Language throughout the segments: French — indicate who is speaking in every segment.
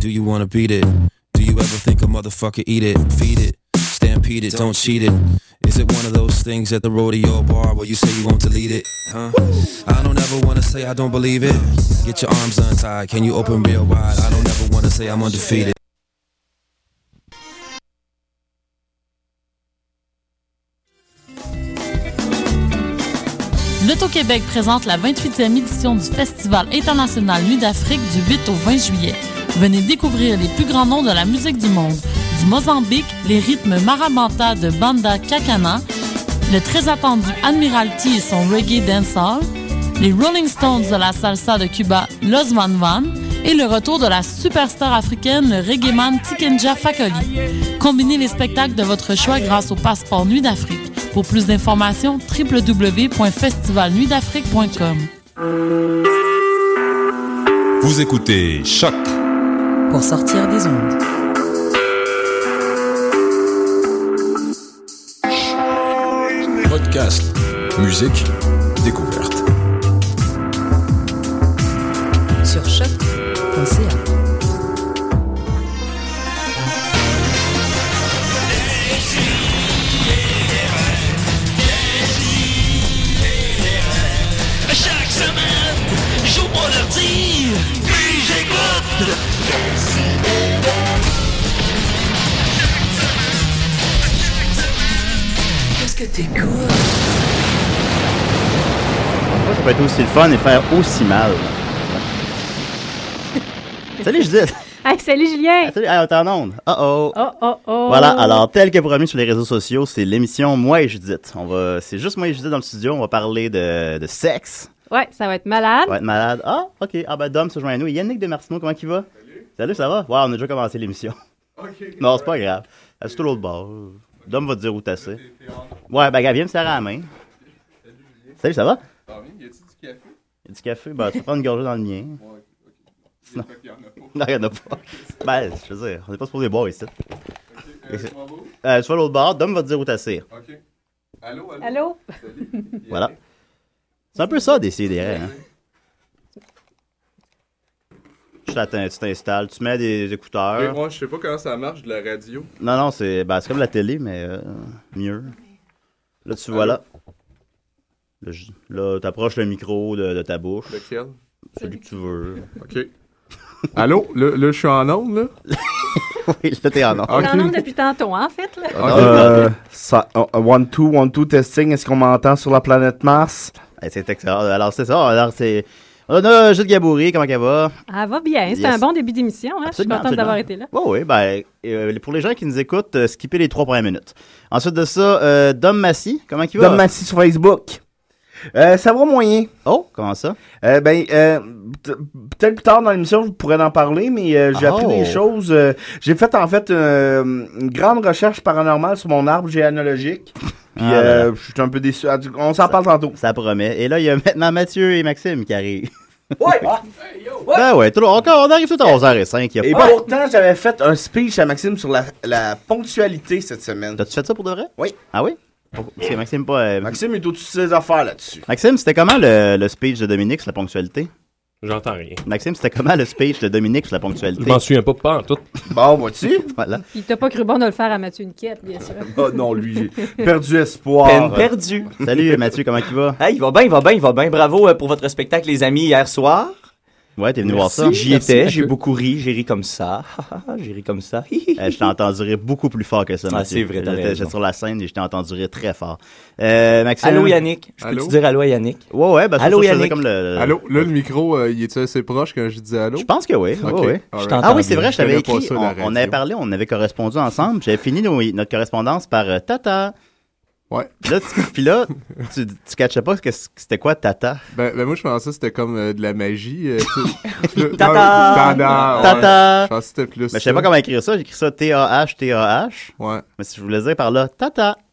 Speaker 1: Do you wanna beat it? Do you ever think a motherfucker eat it? Feed it, stampede it, don't cheat it. Is it one of those things at the rodeo bar where you say you won't delete it? Huh? I don't ever wanna say I don't believe it. Get your arms untied, can you open real wide? I don't ever wanna say I'm undefeated.
Speaker 2: L'Auto-Québec présente la 28e édition du Festival international Nuit d'Afrique du 8 au 20 juillet. Venez découvrir les plus grands noms de la musique du monde. Du Mozambique, les rythmes marabanta de Banda Kakana, le très attendu Admiralty et son reggae dancehall, les Rolling Stones de la salsa de Cuba, Los Van Van, et le retour de la superstar africaine, le reggaeman Tikenja Fakoly. Combinez les spectacles de votre choix grâce au passeport Nuit d'Afrique. Pour plus d'informations, www.festivalnuitdafrique.com.
Speaker 3: Vous écoutez Choc
Speaker 4: pour sortir des ondes.
Speaker 3: Podcast, musique, découverte.
Speaker 4: Sur choc.ca.
Speaker 5: Qu'est-ce que t'écoutes?
Speaker 6: Ça peut être aussi le fun et faire aussi mal. Salut Judith!
Speaker 7: Hey, salut Julien!
Speaker 6: Salut, hey, on est en onde. Oh.
Speaker 7: Oh.
Speaker 6: Voilà, alors tel que promis sur les réseaux sociaux, c'est l'émission Moi et Judith. C'est juste moi et Judith dans le studio, on va parler de sexe.
Speaker 7: Ouais, ça va être malade.
Speaker 6: On va être malade. Ah, ok. Ah ben Dom se joint à nous. Yannick Desmartineaux, comment il va? Salut, ça va? Ouais, on a déjà commencé l'émission.
Speaker 8: Okay.
Speaker 6: Non, c'est pas grave. C'est tout l'autre bord. Dom va te dire où t'as ça. Ouais, ben gars, viens me serrer à la main. Salut, ça va?
Speaker 8: Ah oui, y a-tu du café?
Speaker 6: Y a du café? Ben, tu peux prendre une gorgée dans le mien.
Speaker 8: Ouais, ok.
Speaker 6: Non.
Speaker 8: Fait qu'il y en a pas.
Speaker 6: Non, y'en a pas. Ben, je veux dire, on n'est pas supposé boire ici.
Speaker 8: Ok, tu m'en vas où?
Speaker 6: Tu vas à l'autre bord, Dom va te dire où t'assire.
Speaker 8: Ok. Allô?
Speaker 7: Allô?
Speaker 8: Salut.
Speaker 6: Voilà. C'est un peu ça, décider, hein? Tu t'installes, tu mets des écouteurs.
Speaker 8: Moi, je sais pas comment ça marche de la radio.
Speaker 6: Non, c'est comme la télé, mais mieux. Là, tu vois là. Là, t'approches le micro de ta bouche.
Speaker 8: Lequel?
Speaker 6: Celui que tu veux.
Speaker 8: OK. Allô? Là, je suis en onde, là?
Speaker 6: Oui, là, t'es en onde.
Speaker 7: On est en onde depuis tantôt, en fait. Là.
Speaker 9: One, two, testing. Est-ce qu'on m'entend sur la planète Mars?
Speaker 6: C'est excellent. Alors, c'est ça. Alors, c'est... On a Jude Gaboury, comment elle va?
Speaker 7: Elle va bien. C'était un bon début d'émission. Hein? Je suis contente d'avoir été là.
Speaker 6: Oui. Pour les gens qui nous écoutent, skippez les 3 premières minutes. Ensuite de ça, Dom Massy, comment il va?
Speaker 9: Dom Massy sur Facebook. Ça va moyen.
Speaker 6: Oh, comment ça?
Speaker 9: Peut-être plus tard dans l'émission, je pourrais en parler, mais j'ai appris des choses. J'ai fait, en fait, une grande recherche paranormale sur mon arbre généalogique. Puis, je suis un peu déçu. On s'en parle tantôt.
Speaker 6: Ça promet. Et là, il y a maintenant Mathieu et Maxime qui arrivent.
Speaker 9: Ouais!
Speaker 6: Ben ouais, on arrive tout à 11h05.
Speaker 9: Et pourtant, j'avais fait un speech à Maxime sur la ponctualité cette semaine.
Speaker 6: T'as-tu fait ça pour de vrai?
Speaker 9: Oui.
Speaker 6: Ah oui? Parce que Maxime pas...
Speaker 9: Maxime est au-dessus de ses affaires là-dessus.
Speaker 6: Maxime, c'était comment le speech de Dominique sur la ponctualité?
Speaker 10: J'entends rien.
Speaker 6: Maxime, c'était comment le speech de Dominique sur la ponctualité?
Speaker 10: Je m'en souviens pas en tout.
Speaker 9: Bon, vois-tu?
Speaker 6: Voilà.
Speaker 7: Il t'a pas cru bon de le faire à Mathieu Niquette, bien sûr.
Speaker 9: Oh non, lui, j'ai perdu espoir.
Speaker 11: Peine perdue.
Speaker 6: Salut Mathieu, comment il va?
Speaker 11: Hey, il va bien. Bravo pour votre spectacle, les amis, hier soir.
Speaker 6: Ouais, t'es venu voir ça.
Speaker 11: J'y étais, j'ai beaucoup ri, j'ai ri comme ça. J'ai ri comme ça.
Speaker 6: Je t'ai entendu rire beaucoup plus fort que ça, Mathieu.
Speaker 11: C'est vrai, t'as raison.
Speaker 6: J'étais sur la scène et je t'ai entendu rire très fort. Maxime.
Speaker 11: Allô Yannick, je peux te dire allô à Yannick?
Speaker 6: Ouais, ben
Speaker 11: allô Yannick.
Speaker 6: Comme
Speaker 8: Allô, là le micro, il est assez proche quand je disais allô?
Speaker 6: Je pense que oui.
Speaker 8: Okay.
Speaker 6: Ouais.
Speaker 8: Right.
Speaker 6: Oui, c'est vrai, je t'avais écrit, on avait parlé, on avait correspondu ensemble. J'avais fini notre correspondance par Tata.
Speaker 8: Ouais.
Speaker 6: Puis là, tu catchais pas que c'était quoi Tata?
Speaker 8: Ben moi, je pensais que c'était comme de la magie.
Speaker 6: Tata!
Speaker 8: Ouais. Je pensais que c'était plus
Speaker 6: Mais je sais pas comment écrire ça. J'ai écrit ça T-A-H.
Speaker 8: Ouais.
Speaker 6: Mais si je voulais dire par là, Tata.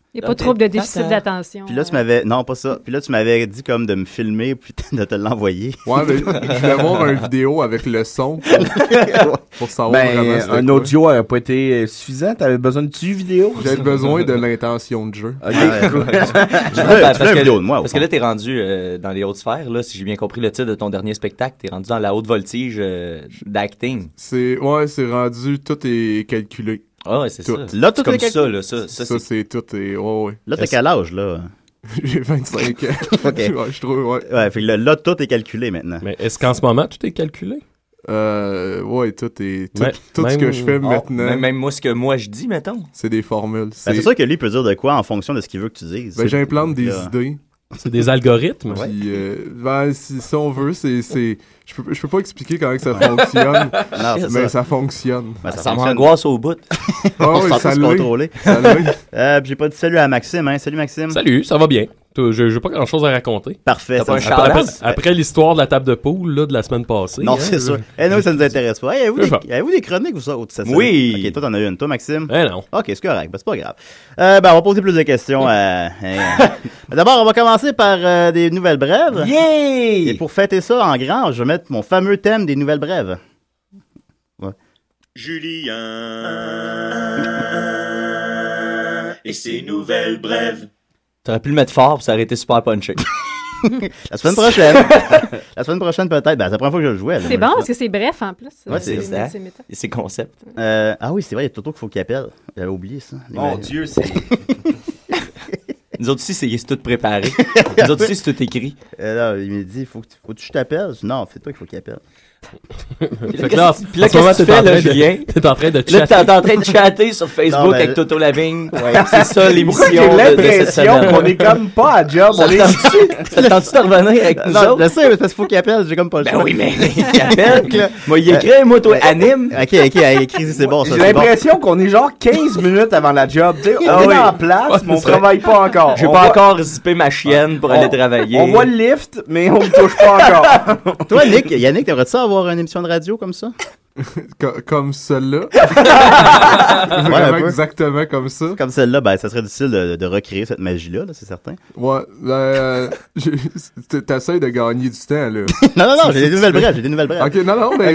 Speaker 7: Il n'y a pas trop de déficit d'attention.
Speaker 6: Puis là, tu m'avais... Non, pas ça. Puis là, tu m'avais dit comme de me filmer puis de te l'envoyer.
Speaker 8: Ouais, mais je voulais voir une vidéo avec le son pour savoir vraiment c'était
Speaker 9: un
Speaker 8: quoi.
Speaker 9: audio n'a pas été suffisant. T'avais besoin de vidéo?
Speaker 8: J'avais besoin de l'intention de jeu.
Speaker 6: Okay. Parce
Speaker 11: que là, t'es rendu dans les hautes sphères, là, si j'ai bien compris le titre de ton dernier spectacle, t'es rendu dans la haute voltige d'acting.
Speaker 8: C'est rendu, tout est calculé.
Speaker 11: Ah ouais, c'est
Speaker 8: tout.
Speaker 11: ça.
Speaker 6: Là, tout
Speaker 11: comme
Speaker 6: est
Speaker 11: ça, là. Ça
Speaker 8: c'est tout. Ouais.
Speaker 6: Là, t'as quel âge, là?
Speaker 8: J'ai 25 ans.
Speaker 6: OK.
Speaker 8: Ouais, je trouve,
Speaker 6: Ouais, fait que là, tout est calculé maintenant.
Speaker 10: Mais est-ce qu'en ce moment, tout est calculé?
Speaker 8: Ouais, tout ce que je fais maintenant.
Speaker 11: Même moi, ce que moi je dis, mettons.
Speaker 8: C'est des formules.
Speaker 6: C'est sûr que lui peut dire de quoi en fonction de ce qu'il veut que tu dises.
Speaker 8: Ben, j'implante des idées.
Speaker 10: C'est des algorithmes.
Speaker 8: Puis, si on veut, je peux pas expliquer comment que ça fonctionne, mais ça fonctionne.
Speaker 6: Ben,
Speaker 11: ça m'angoisse au bout.
Speaker 6: On s'en se contrôler. J'ai pas dit salut à Maxime. Hein? Salut Maxime.
Speaker 10: Salut, ça va bien. J'ai pas grand-chose à raconter.
Speaker 6: Parfait.
Speaker 10: Après l'histoire de la table de poule là, de la semaine passée.
Speaker 6: Non, c'est sûr. Nous, ça nous intéresse pas. Hey, avez-vous des chroniques, vous autres?
Speaker 11: Oui.
Speaker 6: Ok, toi, t'en as une. Toi, Maxime?
Speaker 10: Non.
Speaker 6: Ok, c'est correct. Ben, c'est pas grave. On va poser plus de questions. D'abord, on va commencer par des nouvelles brèves.
Speaker 11: Yay!
Speaker 6: Et pour fêter ça en grand, je vais mettre mon fameux thème des nouvelles brèves. Ouais.
Speaker 5: Julien et ses nouvelles brèves.
Speaker 11: T'aurais pu le mettre fort, puis ça aurait été super punché.
Speaker 6: La semaine prochaine. La semaine prochaine, peut-être. Ben, c'est la première fois que je le jouais.
Speaker 7: C'est bon, parce que c'est bref, en plus.
Speaker 6: Ouais, c'est ça.
Speaker 11: C'est concept.
Speaker 6: Ah oui, c'est vrai, il y a Toto qu'il faut qu'il appelle. J'avais oublié ça.
Speaker 9: Mon Dieu, c'est...
Speaker 11: Nous autres aussi, c'est tout préparé. Nous autres aussi, c'est tout écrit.
Speaker 6: Là, il m'a dit, faut que je t'appelle. Non, c'est toi qu'il faut qu'il appelle.
Speaker 11: Puis là, qu'est-ce que tu fais, là, Julien?
Speaker 10: T'es en train de chatter.
Speaker 11: Là, t'es en train de chatter sur Facebook avec Toto Lavigne.
Speaker 6: Ouais.
Speaker 11: C'est ça, l'émission
Speaker 9: de
Speaker 11: cette semaine.
Speaker 9: qu'on est comme pas à job.
Speaker 11: Ça te tente-tu de revenir avec nous autres?
Speaker 6: Je sais, mais parce qu'il faut qu'il appelle. J'ai comme pas le choix.
Speaker 11: Ben oui, mais il appelle. Moi, il écrit, moi, toi, anime.
Speaker 6: Ok, écris, c'est bon.
Speaker 9: J'ai l'impression qu'on est genre 15 minutes avant la job. On est en place, mais on travaille pas encore.
Speaker 11: J'ai pas encore zippé ma chienne pour aller travailler.
Speaker 9: On voit le lift, mais on ne touche pas encore.
Speaker 6: Toi, Yannick, t'aimerais-tu avoir une émission de radio comme ça?
Speaker 8: Comme celle-là.
Speaker 6: Vraiment
Speaker 8: exactement comme ça.
Speaker 6: Comme celle-là, ben, ça serait difficile de recréer cette magie-là, là, c'est certain.
Speaker 8: Ouais, t'essayes de gagner du temps, là.
Speaker 6: non, j'ai des nouvelles brèves,
Speaker 8: Ok, non, mais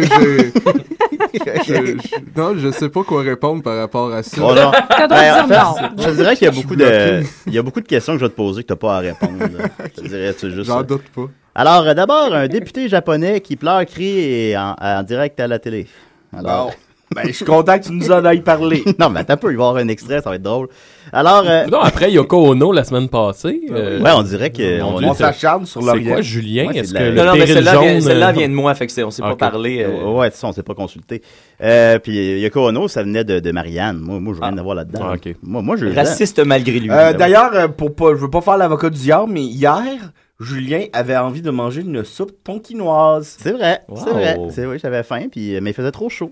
Speaker 8: je sais pas quoi répondre par rapport à ça.
Speaker 6: Oh, non. Je dirais qu'il y a beaucoup de questions que je vais te poser que t'as pas à répondre. Je dirais,
Speaker 8: J'en doute pas.
Speaker 6: Alors, d'abord, un député japonais qui pleure, crie en direct à la télé. Alors...
Speaker 9: Ben, je suis content que tu nous en ailles parler.
Speaker 6: Non, mais attends un peu, il va y avoir un extrait, ça va être drôle. Alors...
Speaker 10: Non, après Yoko Ono la semaine passée.
Speaker 6: Ouais, on dirait qu'on
Speaker 9: s'acharne sur l'Orient.
Speaker 10: C'est quoi, Julien?
Speaker 6: Ouais,
Speaker 10: est-ce que
Speaker 11: non, mais celle-là vient de moi, fait que on s'est pas parlé.
Speaker 6: Ouais, ça, on s'est pas consulté. Puis Yoko Ono, ça venait de Marianne. Moi, je viens de voir là-dedans.
Speaker 10: Okay.
Speaker 6: Moi, je...
Speaker 11: Raciste malgré lui.
Speaker 9: D'ailleurs, je veux pas faire l'avocat du diable, mais hier... Julien avait envie de manger une soupe tonkinoise.
Speaker 6: C'est vrai,
Speaker 11: wow.
Speaker 6: c'est vrai. J'avais faim, mais il faisait trop chaud.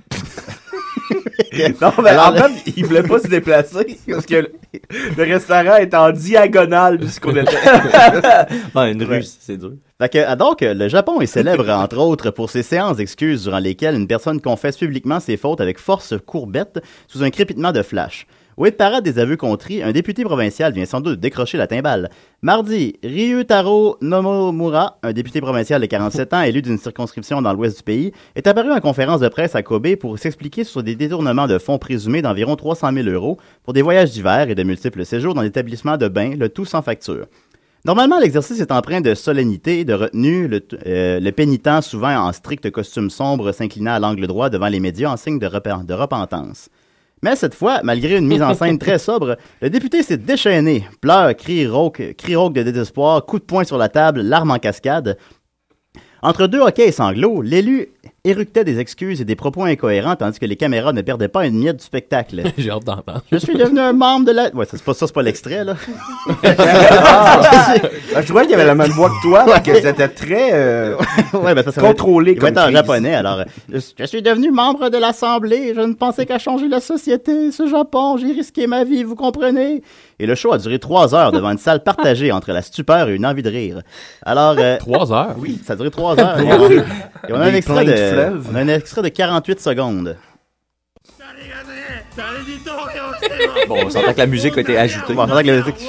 Speaker 9: Non, mais alors, en fait, il voulait pas se déplacer parce que le restaurant est en diagonale de ce qu'on était.
Speaker 11: Une rue, c'est dur.
Speaker 6: Donc, le Japon est célèbre, entre autres, pour ses séances d'excuses durant lesquelles une personne confesse publiquement ses fautes avec force courbette sous un crépitement de flash. Au parade des aveux contrits, un député provincial vient sans doute décrocher la timbale. Mardi, Ryutaro Nomomura, un député provincial de 47 ans élu d'une circonscription dans l'ouest du pays, est apparu en conférence de presse à Kobe pour s'expliquer sur des détournements de fonds présumés d'environ 300 000 € pour des voyages d'hiver et de multiples séjours dans l'établissement de bains, le tout sans facture. Normalement, l'exercice est empreint de solennité, de retenue, le pénitent, souvent en strict costume sombre, s'inclinant à l'angle droit devant les médias en signe de repentance. Mais cette fois, malgré une mise en scène très sobre, le député s'est déchaîné. Pleurs, cris rauques de désespoir, coups de poing sur la table, larmes en cascade. Entre deux hoquets et sanglots, l'élu éructait des excuses et des propos incohérents tandis que les caméras ne perdaient pas une miette du spectacle.
Speaker 10: J'ai hâte d'entendre.
Speaker 6: Je suis devenu un membre de la... Ouais, c'est pas l'extrait, là.
Speaker 9: Je trouvais qu'il y avait la même voix que toi, que c'était très contrôlé.
Speaker 6: Il va être en japonais, alors. Je suis devenu membre de l'Assemblée, je ne pensais qu'à changer la société, ce Japon, j'ai risqué ma vie, vous comprenez? Et le show a duré 3 heures devant une salle partagée entre la stupeur et une envie de rire. Alors...
Speaker 10: 3 heures?
Speaker 6: Oui, ça a duré 3 heures. Et on a un extrait de 48 secondes.
Speaker 11: Bon, on s'entend que la musique a été ajoutée.
Speaker 6: Bon, on s'entend que la musique...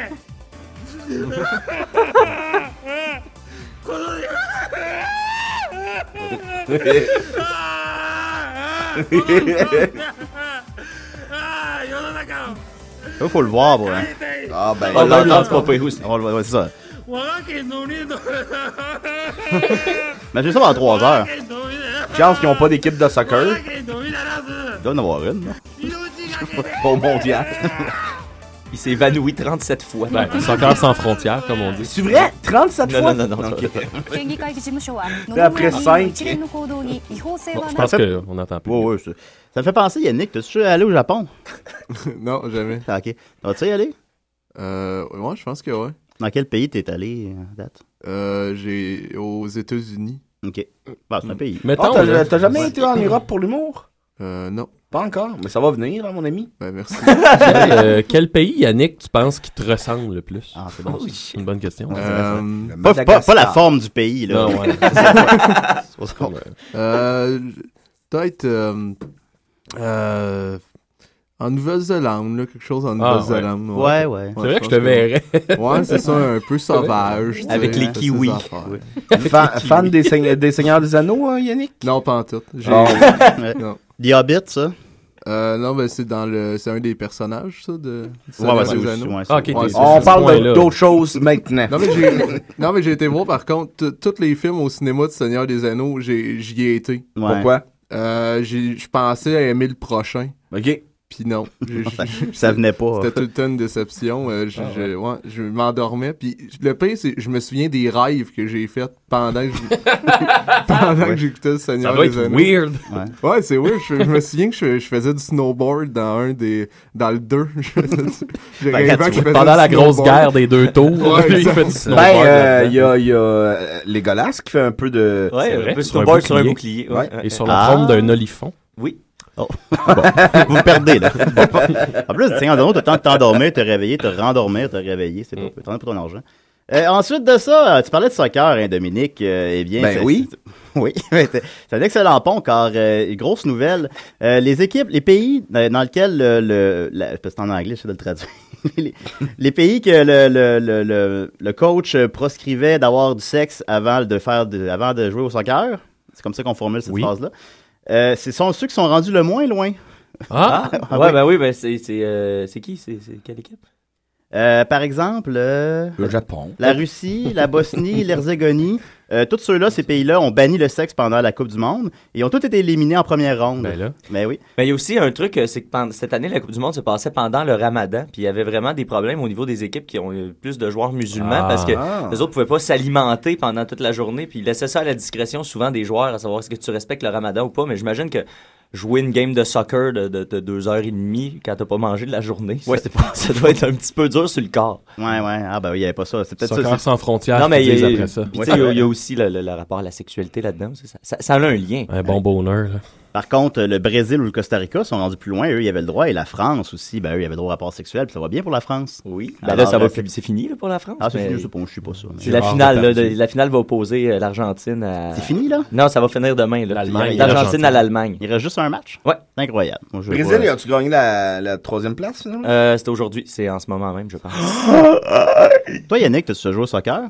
Speaker 6: Il faut le voir, bro. Hein.
Speaker 9: Ah, ben,
Speaker 11: on l'entend, c'est pas pire aussi.
Speaker 6: On le voit, ouais, c'est ça. Mais j'ai ça pendant 3 heures.
Speaker 9: Chance qu'ils n'ont pas d'équipe de soccer.
Speaker 6: Il doit en avoir une, là.
Speaker 9: Pas au mondial.
Speaker 11: Il s'est évanoui 37 fois.
Speaker 10: Ben, soccer sans frontières, comme on dit.
Speaker 9: C'est vrai? 37 fois?
Speaker 11: Non.
Speaker 9: Okay. Après 5.
Speaker 10: Bon, je pense qu'on n'entend plus.
Speaker 6: Ouais, ça me fait penser, Yannick, t'as-tu allé au Japon?
Speaker 8: Non, jamais.
Speaker 6: Ah, ok. Vas-tu y aller?
Speaker 8: Ouais, je pense que ouais.
Speaker 6: Dans quel pays t'es allé à date?
Speaker 8: J'ai aux États-Unis.
Speaker 6: Ok. Bah, c'est un pays.
Speaker 10: Mettons,
Speaker 9: T'as jamais été en Europe pour l'humour?
Speaker 8: Non.
Speaker 9: Pas encore, mais ça va venir, hein, mon ami.
Speaker 8: Ben, merci.
Speaker 10: Quel pays, Yannick, tu penses qui te ressemble le plus?
Speaker 6: Ah, c'est bon.
Speaker 10: C'est une bonne question.
Speaker 6: Pas la forme du pays, là.
Speaker 10: Non, ouais.
Speaker 8: Peut-être en Nouvelle-Zélande, là, quelque chose en Nouvelle-Zélande.
Speaker 6: Ouais.
Speaker 10: C'est vrai que je te verrais.
Speaker 8: Ouais, c'est ça, un peu sauvage.
Speaker 11: Avec les kiwis.
Speaker 9: Fan des Seigneurs des Anneaux, hein, Yannick?
Speaker 8: Non, pas en tout.
Speaker 6: Non. The Hobbit, ça?
Speaker 8: Non, ben c'est c'est un des personnages, ça, de
Speaker 6: Ouais,
Speaker 8: des Anneaux.
Speaker 10: Okay,
Speaker 9: on parle d'autres choses maintenant.
Speaker 8: Non, mais j'ai été voir, par contre, tous les films au cinéma de Seigneur des Anneaux, j'y ai été.
Speaker 6: Ouais.
Speaker 9: Pourquoi?
Speaker 8: Je pensais à aimer le prochain.
Speaker 9: OK.
Speaker 8: Puis non.
Speaker 6: Ça venait pas.
Speaker 8: C'était tout le temps une déception. Je m'endormais. Puis le pire, c'est je me souviens des rêves que j'ai faits pendant que j'écoutais le Seigneur des Anneaux.
Speaker 10: Ça doit être weird.
Speaker 8: Ouais, c'est weird. Je me souviens que je faisais du snowboard dans le 2.
Speaker 10: Pendant la grosse guerre des 2 tours,
Speaker 8: ouais,
Speaker 10: il fait du snowboard.
Speaker 9: Il y a Legolas qui fait un peu de...
Speaker 11: Ouais, un peu snowboard sur un bouclier. Ouais.
Speaker 10: Et sur la trompe d'un olifant.
Speaker 11: Oui.
Speaker 6: Oh. Bon. Vous me perdez, là. En plus, Seigneur des Anneaux, t'as le temps de t'endormir, te réveiller, te rendormir, te réveiller. C'est pas, t'en as pour ton argent. Ensuite de ça, tu parlais de soccer, hein, Dominique. Eh bien,
Speaker 9: oui.
Speaker 6: Oui, c'est un excellent pont, car grosse nouvelle. Les pays dans lesquels c'est en anglais, je vais le traduire. les pays que le coach proscrivait d'avoir du sexe avant de jouer au soccer. C'est comme ça qu'on formule cette phrase-là. Ce sont ceux qui sont rendus le moins loin.
Speaker 11: C'est qui? C'est quelle équipe?
Speaker 6: Par exemple,
Speaker 9: le Japon,
Speaker 6: la Russie, la Bosnie, l'Herzégovine. Tous ceux-là, ces pays-là, ont banni le sexe pendant la Coupe du Monde et ils ont tous été éliminés en première ronde. Mais oui.
Speaker 11: Mais il y a aussi un truc, c'est que cette année, la Coupe du Monde se passait pendant le Ramadan, puis il y avait vraiment des problèmes au niveau des équipes qui ont eu plus de joueurs musulmans parce que les autres pouvaient pas s'alimenter pendant toute la journée, puis ils laissaient ça à la discrétion souvent des joueurs, à savoir est-ce que tu respectes le Ramadan ou pas. Mais j'imagine que jouer une game de soccer de 2h30 quand t'as pas mangé de la journée, ça doit être un petit peu dur sur le corps.
Speaker 6: Ouais. Ah ben oui, il y avait pas ça. C'est peut-être
Speaker 10: soccer
Speaker 6: ça.
Speaker 10: sans frontières.
Speaker 11: Non, mais il
Speaker 10: après ça.
Speaker 11: y a aussi le rapport à la sexualité là-dedans. Ça a un lien.
Speaker 10: Un bon bonheur, là.
Speaker 6: Par contre, le Brésil ou le Costa Rica sont rendus plus loin. Eux, ils avaient le droit. Et la France aussi, eux, ils avaient le droit au rapport sexuel. Puis ça va bien pour la France.
Speaker 11: Oui. Là, c'est fini là, pour la France.
Speaker 6: Ah, c'est fini, je sais pas ça.
Speaker 11: C'est la finale. La finale va opposer l'Argentine à...
Speaker 6: C'est fini, là?
Speaker 11: Non, ça va finir demain. L'Argentine à l'Allemagne.
Speaker 6: Il reste juste un match?
Speaker 11: Ouais.
Speaker 6: C'est incroyable.
Speaker 9: Brésil, as-tu gagné la 3e place, finalement?
Speaker 11: C'est aujourd'hui. C'est en ce moment même, je pense.
Speaker 6: Toi, Yannick, t'as-tu joué au soccer?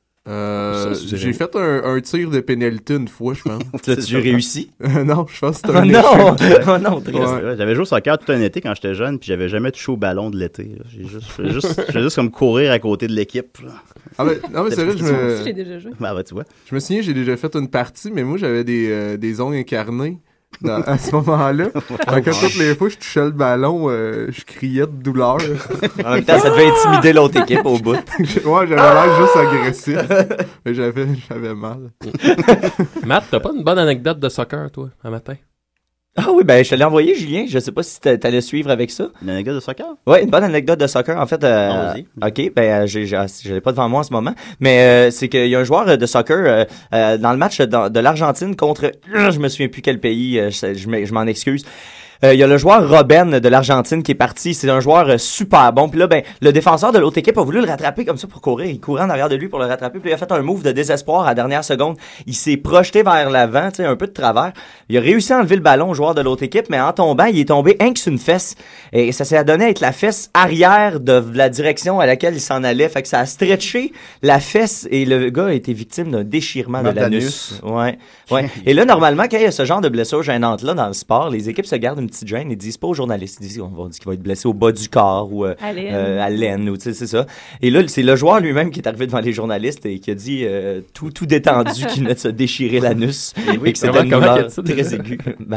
Speaker 8: J'ai fait un tir de pénalité une fois, je pense.
Speaker 11: L'as-tu réussi?
Speaker 8: Non, je pense que c'était un
Speaker 11: échec. Non, triste.
Speaker 6: Ouais. J'avais joué au soccer tout un été quand j'étais jeune, puis j'avais jamais touché au ballon de l'été. Je faisais juste comme courir à côté de l'équipe.
Speaker 8: Ah ben, non, mais c'est vrai,
Speaker 7: je l'ai déjà joué.
Speaker 6: Tu vois.
Speaker 8: Je me souviens, j'ai déjà fait une partie, mais moi, j'avais des ongles incarnés. À ce moment-là, quand toutes les fois que je touchais le ballon, je criais de douleur.
Speaker 11: En même temps, ça devait intimider l'autre équipe au bout.
Speaker 8: Ouais, j'avais l'air juste agressif. Mais j'avais mal.
Speaker 10: Matt, t'as pas une bonne anecdote de soccer, toi, un matin?
Speaker 11: Ah oui, ben je te l'ai envoyé, Julien. Je sais pas si t'allais suivre avec ça.
Speaker 6: Une anecdote de soccer?
Speaker 11: Ouais, une bonne anecdote de soccer. En fait, OK, ben je l'ai pas devant moi en ce moment, mais c'est qu'il y a un joueur de soccer dans le match de l'Argentine contre, je me souviens plus quel pays, je m'en excuse. Il y a le joueur Robben de l'Argentine qui est parti. C'est un joueur super bon. Puis là, ben, le défenseur de l'autre équipe a voulu le rattraper comme ça pour courir. Il courait en arrière de lui pour le rattraper. Puis il a fait un move de désespoir à la dernière seconde. Il s'est projeté vers l'avant, tu sais, un peu de travers. Il a réussi à enlever le ballon au joueur de l'autre équipe, mais en tombant, il est tombé rien que sur une fesse. Et ça s'est donné à être la fesse arrière de la direction à laquelle il s'en allait. Fait que ça a stretché la fesse et le gars a été victime d'un déchirement de l'anus. Ouais. Et là, normalement, quand il y a ce genre de blessure gênante-là dans le sport, les équipes se gardent une petite gêne et disent pas aux journalistes. Ils disent qu'on dit qu'il va être blessé au bas du corps ou à l'aine, ou tu sais, c'est ça. Et là, c'est le joueur lui-même qui est arrivé devant les journalistes et qui a dit tout détendu qu'il venait de se déchirer l'anus et que c'était une douleur très aiguë.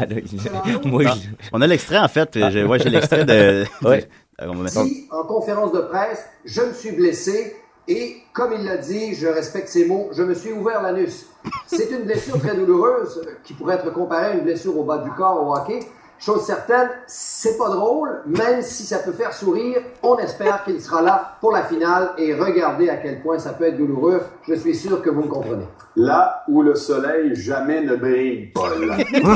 Speaker 6: On a l'extrait, en fait. J'ai l'extrait de...
Speaker 12: Si, en conférence de presse, je me suis blessé et, comme il l'a dit, je respecte ses mots, je me suis ouvert l'anus. C'est une blessure très douloureuse qui pourrait être comparée à une blessure au bas du corps au hockey. Chose certaine, c'est pas drôle, même si ça peut faire sourire, on espère qu'il sera là pour la finale et regardez à quel point ça peut être douloureux. Je suis sûr que vous me comprenez.
Speaker 13: Là où le soleil jamais ne brille, Paul.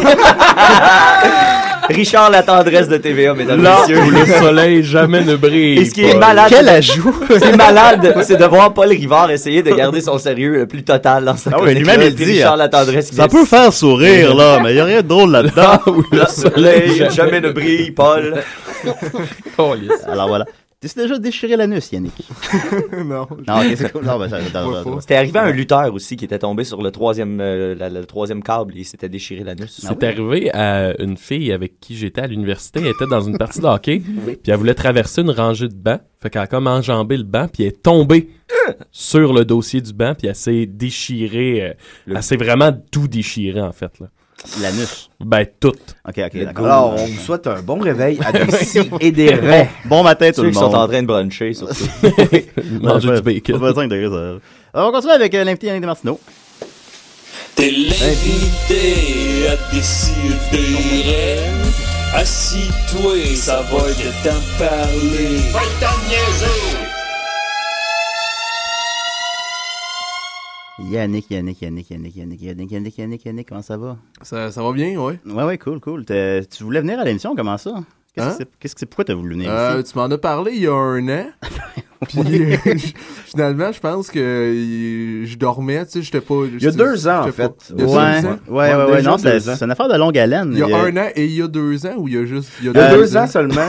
Speaker 11: Richard Latendresse de TVA, mesdames et messieurs.
Speaker 10: Là où le soleil jamais ne brille.
Speaker 11: Et ce qui est malade... Quel ajout! C'est malade, c'est de voir Paul Rivard essayer de garder son sérieux le plus total dans sa chronique.
Speaker 6: Lui-même, il dit,
Speaker 11: Richard Latendresse...
Speaker 6: Ça peut faire sourire, là, mais il y a rien de drôle là-dedans.
Speaker 11: Là où le soleil jamais ne brille, Paul.
Speaker 10: Oh, yes.
Speaker 6: Alors voilà. T'es déjà déchiré l'anus, Yannick?
Speaker 8: Non.
Speaker 6: Non, okay, c'est cool. Non,
Speaker 11: c'était arrivé à un lutteur aussi qui était tombé sur le troisième câble et il s'était déchiré l'anus.
Speaker 10: C'est arrivé à une fille avec qui j'étais à l'université. Elle était dans une partie de hockey, puis elle voulait traverser une rangée de bancs. Fait qu'elle a comme enjambé le banc, puis elle est tombée sur le dossier du banc, puis elle s'est déchirée. Elle s'est vraiment tout déchirée, en fait, là.
Speaker 6: L'anus.
Speaker 10: Ben, tout.
Speaker 6: OK, d'accord.
Speaker 9: Alors, on vous souhaite un bon réveil à des si et des raies.
Speaker 6: Bon matin, tout le monde.
Speaker 11: Ceux qui sont en train de bruncher, surtout.
Speaker 10: Manger du bacon.
Speaker 6: 25 degrés, ça. Alors, on continue avec l'invité Yannick Desmartineau.
Speaker 14: T'es l'invité à décider. Assis-toi, ça va de t'en parler. Va t'en niaiser!
Speaker 6: Yannick, comment ça va?
Speaker 8: Ça va bien, oui.
Speaker 6: Ouais, cool. Tu voulais venir à l'émission, comment ça? Pourquoi t'as voulu venir ici?
Speaker 8: Tu m'en as parlé il y a 1 an. Puis finalement, je pense que je dormais, tu sais, j'étais pas...
Speaker 9: Il y a 2 ans, en fait.
Speaker 6: Ouais, non, c'est une affaire de longue haleine.
Speaker 8: Il y a 1 an et il y a 2 ans, ou il y a juste...
Speaker 9: Il y a 2 ans seulement,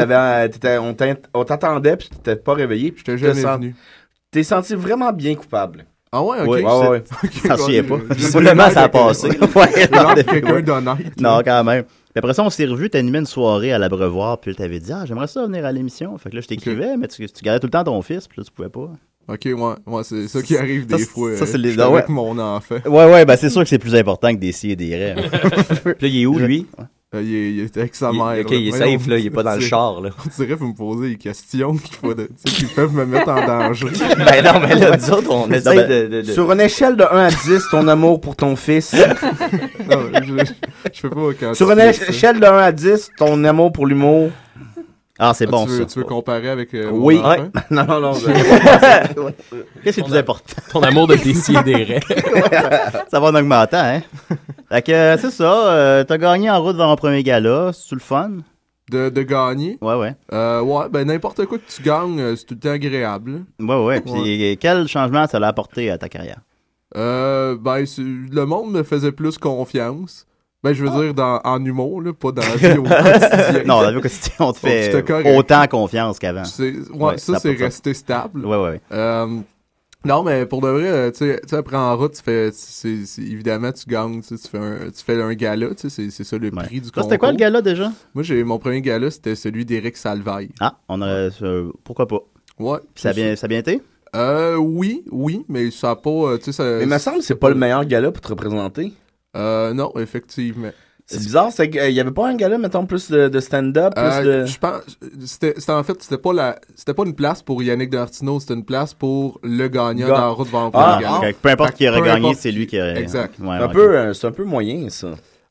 Speaker 9: on t'attendait, puis tu t'étais pas réveillé, puis
Speaker 8: j'étais jamais venu.
Speaker 9: T'es senti vraiment bien coupable.
Speaker 8: Ah ouais, ok.
Speaker 6: Ouais. J'en souviens pas.
Speaker 11: Visiblement, ça a passé.
Speaker 8: Quelqu'un d'honnête.
Speaker 6: Non, quand même. Puis après ça, on s'est revus, t'animais une soirée à l'Abreuvoir, puis t'avais dit, j'aimerais ça venir à l'émission. Fait que là, je t'écrivais, mais tu gardais tout le temps ton fils, puis là, tu pouvais pas.
Speaker 8: Ok, ouais, c'est ça qui arrive des fois.
Speaker 6: Ça, c'est les
Speaker 8: avec mon enfant.
Speaker 6: Ouais, ben c'est sûr que c'est plus important que des si et des rêves.
Speaker 11: Puis là, il est où, lui?
Speaker 8: Il est avec sa mère.
Speaker 11: Ok, il est safe, là, il est pas dans le char, là.
Speaker 8: On dirait, vous me posez des questions qui peuvent me mettre en danger.
Speaker 11: Ben non, mais là, nous autres, on essaie de...
Speaker 9: Sur une échelle de 1 à 10, ton amour pour ton fils.
Speaker 8: Non, je peux pas quand
Speaker 9: sur une échelle de 1 à 10, ton amour pour l'humour.
Speaker 6: Ah, c'est bon, ça.
Speaker 8: Tu veux comparer avec
Speaker 9: oui.
Speaker 8: Mon enfant?
Speaker 9: Non.
Speaker 6: Qu'est-ce qui est le plus important?
Speaker 10: Ton amour de décider.
Speaker 6: Ça va en augmentant, hein? Fait que, c'est ça. T'as gagné en route vers un premier gala. C'est-tu le fun?
Speaker 8: De gagner?
Speaker 6: Ouais.
Speaker 8: Ouais, ben n'importe quoi que tu gagnes, c'est tout le temps agréable.
Speaker 6: Ouais. Puis quel changement ça l'a apporté à ta carrière?
Speaker 8: Ben, le monde me faisait plus confiance. Ben, je veux dire, en humour, là, pas dans la vie au quotidien.
Speaker 6: Non, dans la vie au quotidien, on te fait autant confiance qu'avant.
Speaker 8: Ça, c'est resté stable.
Speaker 6: Ouais.
Speaker 8: Non, mais pour de vrai, tu sais, après en route, évidemment, tu gagnes, tu fais un gala, tu sais, c'est ça le prix du concours.
Speaker 6: C'était quoi le gala déjà?
Speaker 8: Moi, mon premier gala, c'était celui d'Éric Salvaille.
Speaker 6: Ah, pourquoi pas?
Speaker 8: Ouais.
Speaker 6: Puis ça a bien été?
Speaker 8: Oui, mais ça a pas, tu sais, ça...
Speaker 9: Mais il me semble que c'est pas le meilleur gala pour te représenter.
Speaker 8: Non, effectivement.
Speaker 9: C'est bizarre, il y avait pas un gala, mettons, plus de stand-up,
Speaker 8: Je pense, c'était pas une place pour Yannick Desmartineau, c'était une place pour le gagnant dans la route vers le premier gala.
Speaker 6: Peu importe qui aurait gagné, c'est lui qui aurait...
Speaker 8: Exact.
Speaker 6: Ouais,
Speaker 9: c'est un peu moyen, ça.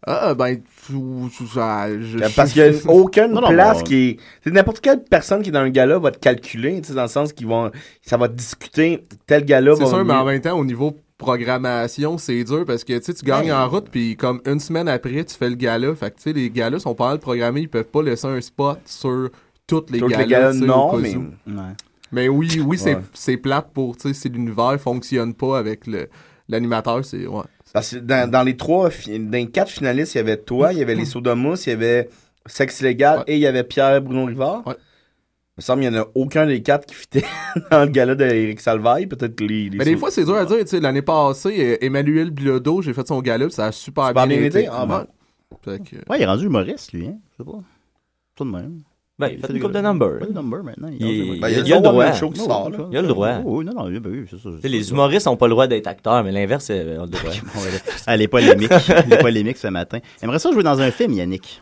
Speaker 8: Parce
Speaker 9: qu'il n'y a aucune place qui est... N'importe quelle personne qui est dans un gala va te calculer, dans le sens ça va te discuter, tel gala
Speaker 8: c'est
Speaker 9: va...
Speaker 8: sûr, mais en même temps, au niveau programmation, c'est dur parce que tu gagnes en route, puis comme une semaine après, tu fais le gala. Fait que tu sais, les galas sont pas mal programmés, ils peuvent pas laisser un spot sur toutes les galas.
Speaker 9: Non, mais...
Speaker 8: Mais oui, c'est plate pour, tu sais, si l'univers fonctionne pas avec l'animateur, c'est... Ouais.
Speaker 9: Parce que dans les 4 finalistes, il y avait toi, il y avait les Sodomous, il y avait Sexe Illégal et il y avait Pierre Bruno Rivard.
Speaker 8: Ouais.
Speaker 9: Il me semble qu'il n'y en a aucun des 4 qui fitait dans le gala d'Éric Salvaille. Peut-être les
Speaker 8: mais des fois, c'est dur à dire. Tu sais, l'année passée, Emmanuel Bilodeau, j'ai fait son gala, ça a super bien été.
Speaker 6: Ah, ben. Ouais, il est rendu humoriste, lui. Hein? Je sais pas. Tout de même.
Speaker 11: Ben, il fait une couple de numbers.
Speaker 6: Il fait des numbers maintenant.
Speaker 11: Il a le droit. Il a le droit.
Speaker 6: Oui, non, oui, c'est ça.
Speaker 11: Les humoristes n'ont pas le droit d'être acteurs, mais l'inverse, on le droit.
Speaker 6: Les polémiques ce matin. J'aimerais ça jouer dans un film, Yannick.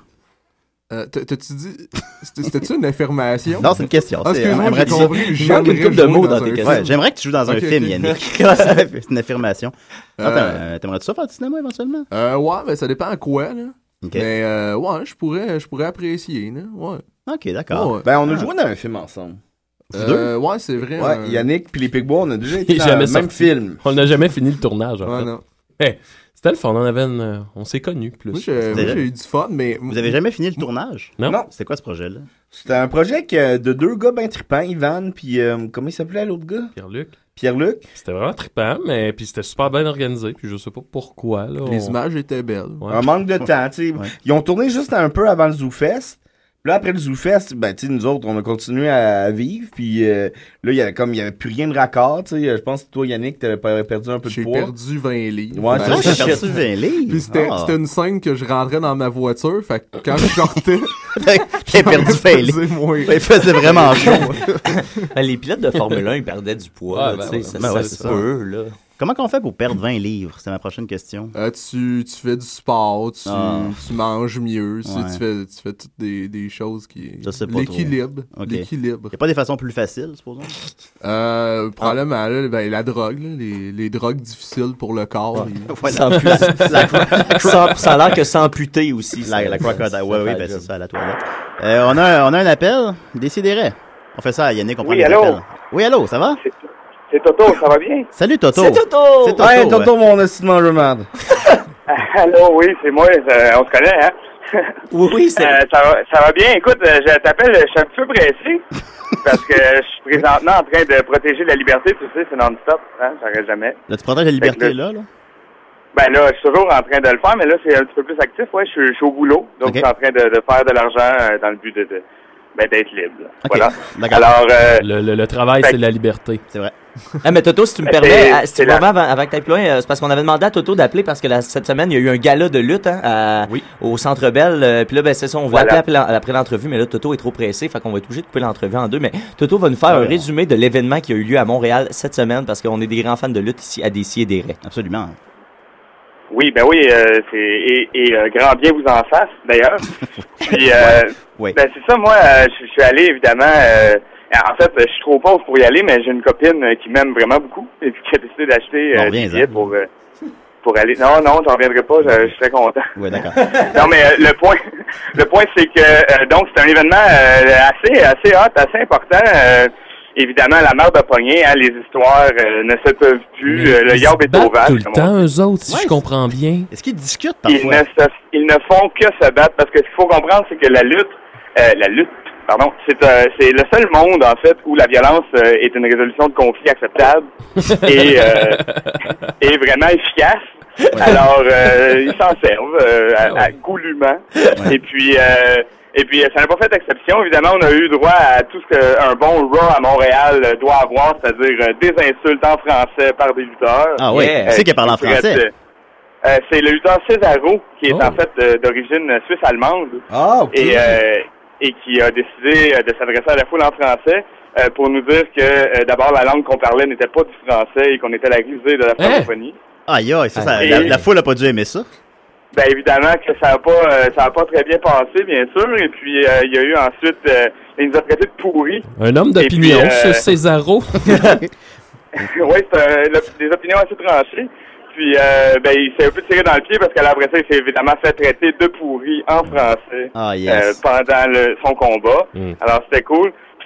Speaker 8: T'as-tu dit... C'était-tu une affirmation?
Speaker 6: Non, c'est une question.
Speaker 11: J'aimerais une couple de mots dans tes questions.
Speaker 6: Ouais, j'aimerais que tu joues dans un film, Yannick. C'est une affirmation. T'aimerais-tu ça faire du cinéma éventuellement?
Speaker 8: Ouais, mais ça dépend à quoi, là.
Speaker 6: Okay.
Speaker 8: Mais ouais, je pourrais apprécier, là. Ouais.
Speaker 6: Ok, d'accord.
Speaker 8: Ouais.
Speaker 9: Ben, on a joué dans un film ensemble.
Speaker 8: Ouais, c'est vrai.
Speaker 9: Ouais, Yannick puis les Pigbois, on a déjà été dans le même film.
Speaker 10: On n'a jamais fini le tournage, en fait.
Speaker 8: Non.
Speaker 10: Hey, c'était le fun, on s'est connus plus.
Speaker 8: Moi, j'ai eu du fun, mais...
Speaker 6: Vous avez jamais fini le tournage?
Speaker 10: Non.
Speaker 6: C'est quoi ce projet-là?
Speaker 9: C'était un projet de 2 gars ben trippants, Ivan, puis comment il s'appelait l'autre gars? Pierre-Luc.
Speaker 10: C'était vraiment trippant, mais puis c'était super bien organisé, puis je sais pas pourquoi. Là,
Speaker 8: les images étaient belles.
Speaker 10: Ouais.
Speaker 9: Un manque de temps, tu sais. Ouais. Ils ont tourné juste un peu avant le ZooFest. Puis là, après le ZooFest, ben, tu sais, nous autres, on a continué à vivre. Puis là, il y avait plus rien de raccord, tu sais. Je pense que toi, Yannick, t'avais perdu un peu de poids.
Speaker 8: J'ai perdu 20 livres.
Speaker 9: Ouais,
Speaker 6: j'ai perdu 20 livres.
Speaker 8: Puis c'était une scène que je rentrais dans ma voiture. Fait que quand je sortais...
Speaker 6: T'as perdu 20 livres. Il faisait vraiment chaud.
Speaker 11: Les pilotes de Formule 1, ils perdaient du poids.
Speaker 6: C'est ça.
Speaker 11: Là.
Speaker 6: Comment qu'on fait pour perdre 20 livres? C'est ma prochaine question.
Speaker 8: Tu fais du sport, tu manges mieux, tu fais toutes des choses qui...
Speaker 6: Je sais pas
Speaker 8: l'équilibre.
Speaker 6: Okay.
Speaker 8: L'équilibre.
Speaker 6: Il n'y a pas des façons plus faciles, supposons?
Speaker 8: Probablement, là, la drogue, là, les drogues difficiles pour le corps.
Speaker 11: Ça a l'air que s'amputer aussi.
Speaker 6: La crocodile, oui, ben c'est ça, à la toilette. On a un appel, Décidérez. On fait ça à Yannick, on prend les appels. Oui, allô, ça va?
Speaker 15: C'est Toto, ça va bien?
Speaker 6: Salut Toto!
Speaker 11: C'est Toto!
Speaker 9: C'est Toto, hey, Toto, mon esti de mange-marde.
Speaker 15: Allô, oui, c'est moi, on se connaît, hein?
Speaker 11: Oui, c'est...
Speaker 15: ça va bien, écoute, je t'appelle, je suis un petit peu pressé, parce que je suis présentement en train de protéger la liberté, tu sais, c'est non-stop, hein, j'arrête jamais.
Speaker 6: Là, tu protèges la liberté, là?
Speaker 15: Ben là, je suis toujours en train de le faire, mais là, c'est un petit peu plus actif, ouais, je suis au boulot, donc je suis en train de faire de l'argent dans le but d'être libre.
Speaker 6: Okay.
Speaker 15: Voilà.
Speaker 6: D'accord.
Speaker 15: Alors,
Speaker 10: le travail, c'est la liberté.
Speaker 6: C'est vrai.
Speaker 11: Mais Toto, si tu me permets, avant que tu ailles plus loin, c'est parce qu'on avait demandé à Toto d'appeler parce que cette semaine, il y a eu un gala de lutte au Centre Bell. Puis là, ben, c'est ça, on va appeler après l'entrevue, mais là, Toto est trop pressé, fait qu'on va être obligé de couper l'entrevue en deux. Mais Toto va nous faire un résumé de l'événement qui a eu lieu à Montréal cette semaine parce qu'on est des grands fans de lutte ici à Décis et des Raies.
Speaker 6: Absolument.
Speaker 15: Oui, ben oui, grand bien vous en fasse, d'ailleurs. Puis, ben c'est ça, moi, je suis allé, évidemment, en fait, je suis trop pauvre pour y aller, mais j'ai une copine qui m'aime vraiment beaucoup, et puis qui a décidé d'acheter des billets pour aller. Non, j'en reviendrai pas, je suis très content.
Speaker 6: Oui, d'accord.
Speaker 15: Non, mais le point, c'est que, donc, c'est un événement assez hot, assez important. Évidemment, la mère de pogné, hein, les histoires ne se peuvent plus. Le yard est au vache.
Speaker 10: Tout le temps, eux autres, si je comprends bien.
Speaker 6: Est-ce qu'ils discutent parfois?
Speaker 15: Ils ne font que se battre parce que ce qu'il faut comprendre, c'est que la lutte, c'est le seul monde, en fait, où la violence est une résolution de conflit acceptable et vraiment efficace. Ouais. Alors, ils s'en servent goulûment. Ouais. Et puis, ça n'a pas fait exception. Évidemment, on a eu droit à tout ce qu'un bon Raw à Montréal doit avoir, c'est-à-dire des insultes en français par des lutteurs.
Speaker 6: Ah oui, c'est qui parle en français?
Speaker 15: C'est le lutteur Cesaro, qui est en fait d'origine suisse-allemande.
Speaker 6: Ah, OK.
Speaker 15: Et qui a décidé de s'adresser à la foule en français pour nous dire que, d'abord, la langue qu'on parlait n'était pas du français et qu'on était la risée de la francophonie.
Speaker 6: Aïe, la foule n'a pas dû aimer ça.
Speaker 15: Ben évidemment que ça a pas très bien passé, bien sûr. Et puis il y a eu ensuite, il nous a traité de pourris.
Speaker 10: Un homme d'opinion, ce Cesaro.
Speaker 15: Oui, c'est des opinions assez tranchées. Puis ben il s'est un peu tiré dans le pied parce qu'après ça, il s'est évidemment fait traiter de pourri en français pendant son combat. Alors c'était cool. Puis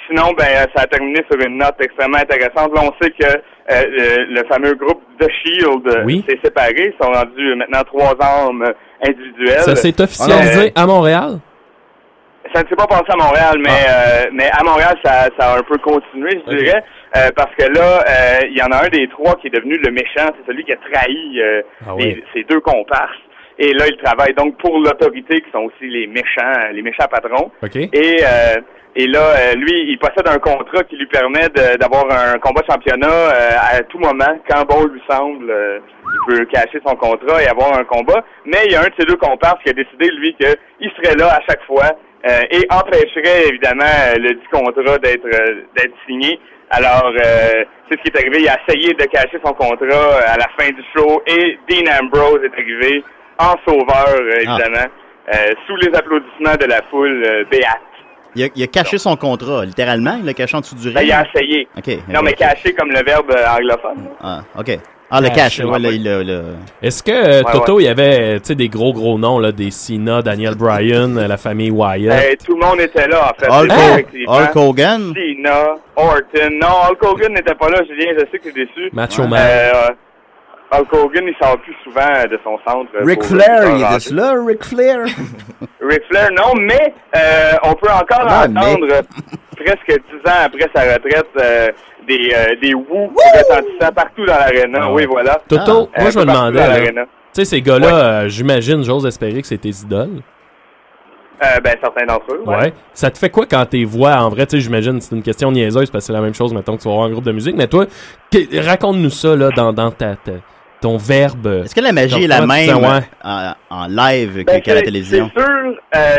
Speaker 15: sinon, ben, ça a terminé sur une note extrêmement intéressante. Là, on sait que le fameux groupe The Shield s'est séparé. Ils sont rendus maintenant 3 armes individuelles.
Speaker 10: Ça s'est officialisé à Montréal?
Speaker 15: Ça ne s'est pas passé à Montréal, mais à Montréal, ça a un peu continué, je dirais. Parce que là, il y en a un des 3 qui est devenu le méchant. C'est celui qui a trahi ses 2 comparses. Et là, il travaille donc pour l'autorité, qui sont aussi les méchants patrons.
Speaker 10: Okay.
Speaker 15: Et là, lui, il possède un contrat qui lui permet d'avoir un combat de championnat à tout moment. Quand bon lui semble, il peut cacher son contrat et avoir un combat. Mais il y a un de ses 2 comparses qui a décidé, lui, qu'il serait là à chaque fois et empêcherait, évidemment, le dit contrat d'être signé. Alors, c'est ce qui est arrivé. Il a essayé de cacher son contrat à la fin du show et Dean Ambrose est arrivé en sauveur, évidemment, sous les applaudissements de la foule béate.
Speaker 6: Il a caché son contrat, littéralement? Il l'a caché en dessous du ring?
Speaker 15: Ben, il a essayé.
Speaker 6: Okay.
Speaker 15: Mais caché comme le verbe anglophone.
Speaker 6: Ah, OK. Ah, le caché, voilà,
Speaker 10: Est-ce que Toto, il y avait des gros noms, là, des Cena, Daniel Bryan, la famille Wyatt?
Speaker 15: Tout le monde était là, en fait.
Speaker 6: Hulk Hogan?
Speaker 15: Cena, Orton. Non, Hulk Hogan n'était pas là, Julien, je sais que tu es déçu.
Speaker 10: Macho Man.
Speaker 15: Hulk Hogan, il sort plus souvent de son centre.
Speaker 9: Ric Flair, il était là, Ric Flair?
Speaker 15: Ric Flair, non, mais on peut encore entendre, presque 10 ans après sa retraite, des wous retentissants partout dans l'aréna. Oui, voilà.
Speaker 10: Toto, moi je me demandais, tu sais, ces gars-là, j'imagine, j'ose espérer que c'est tes idoles.
Speaker 15: Certains d'entre eux.
Speaker 10: Ouais. Ça te fait quoi quand t'es voix en vrai? Tu sais, j'imagine, c'est une question niaiseuse parce que c'est la même chose, mettons, que tu vas avoir un groupe de musique. Mais toi, raconte-nous ça, là, dans ton verbe.
Speaker 6: Est-ce que la magie est la même en live qu'à la télévision?
Speaker 15: C'est sûr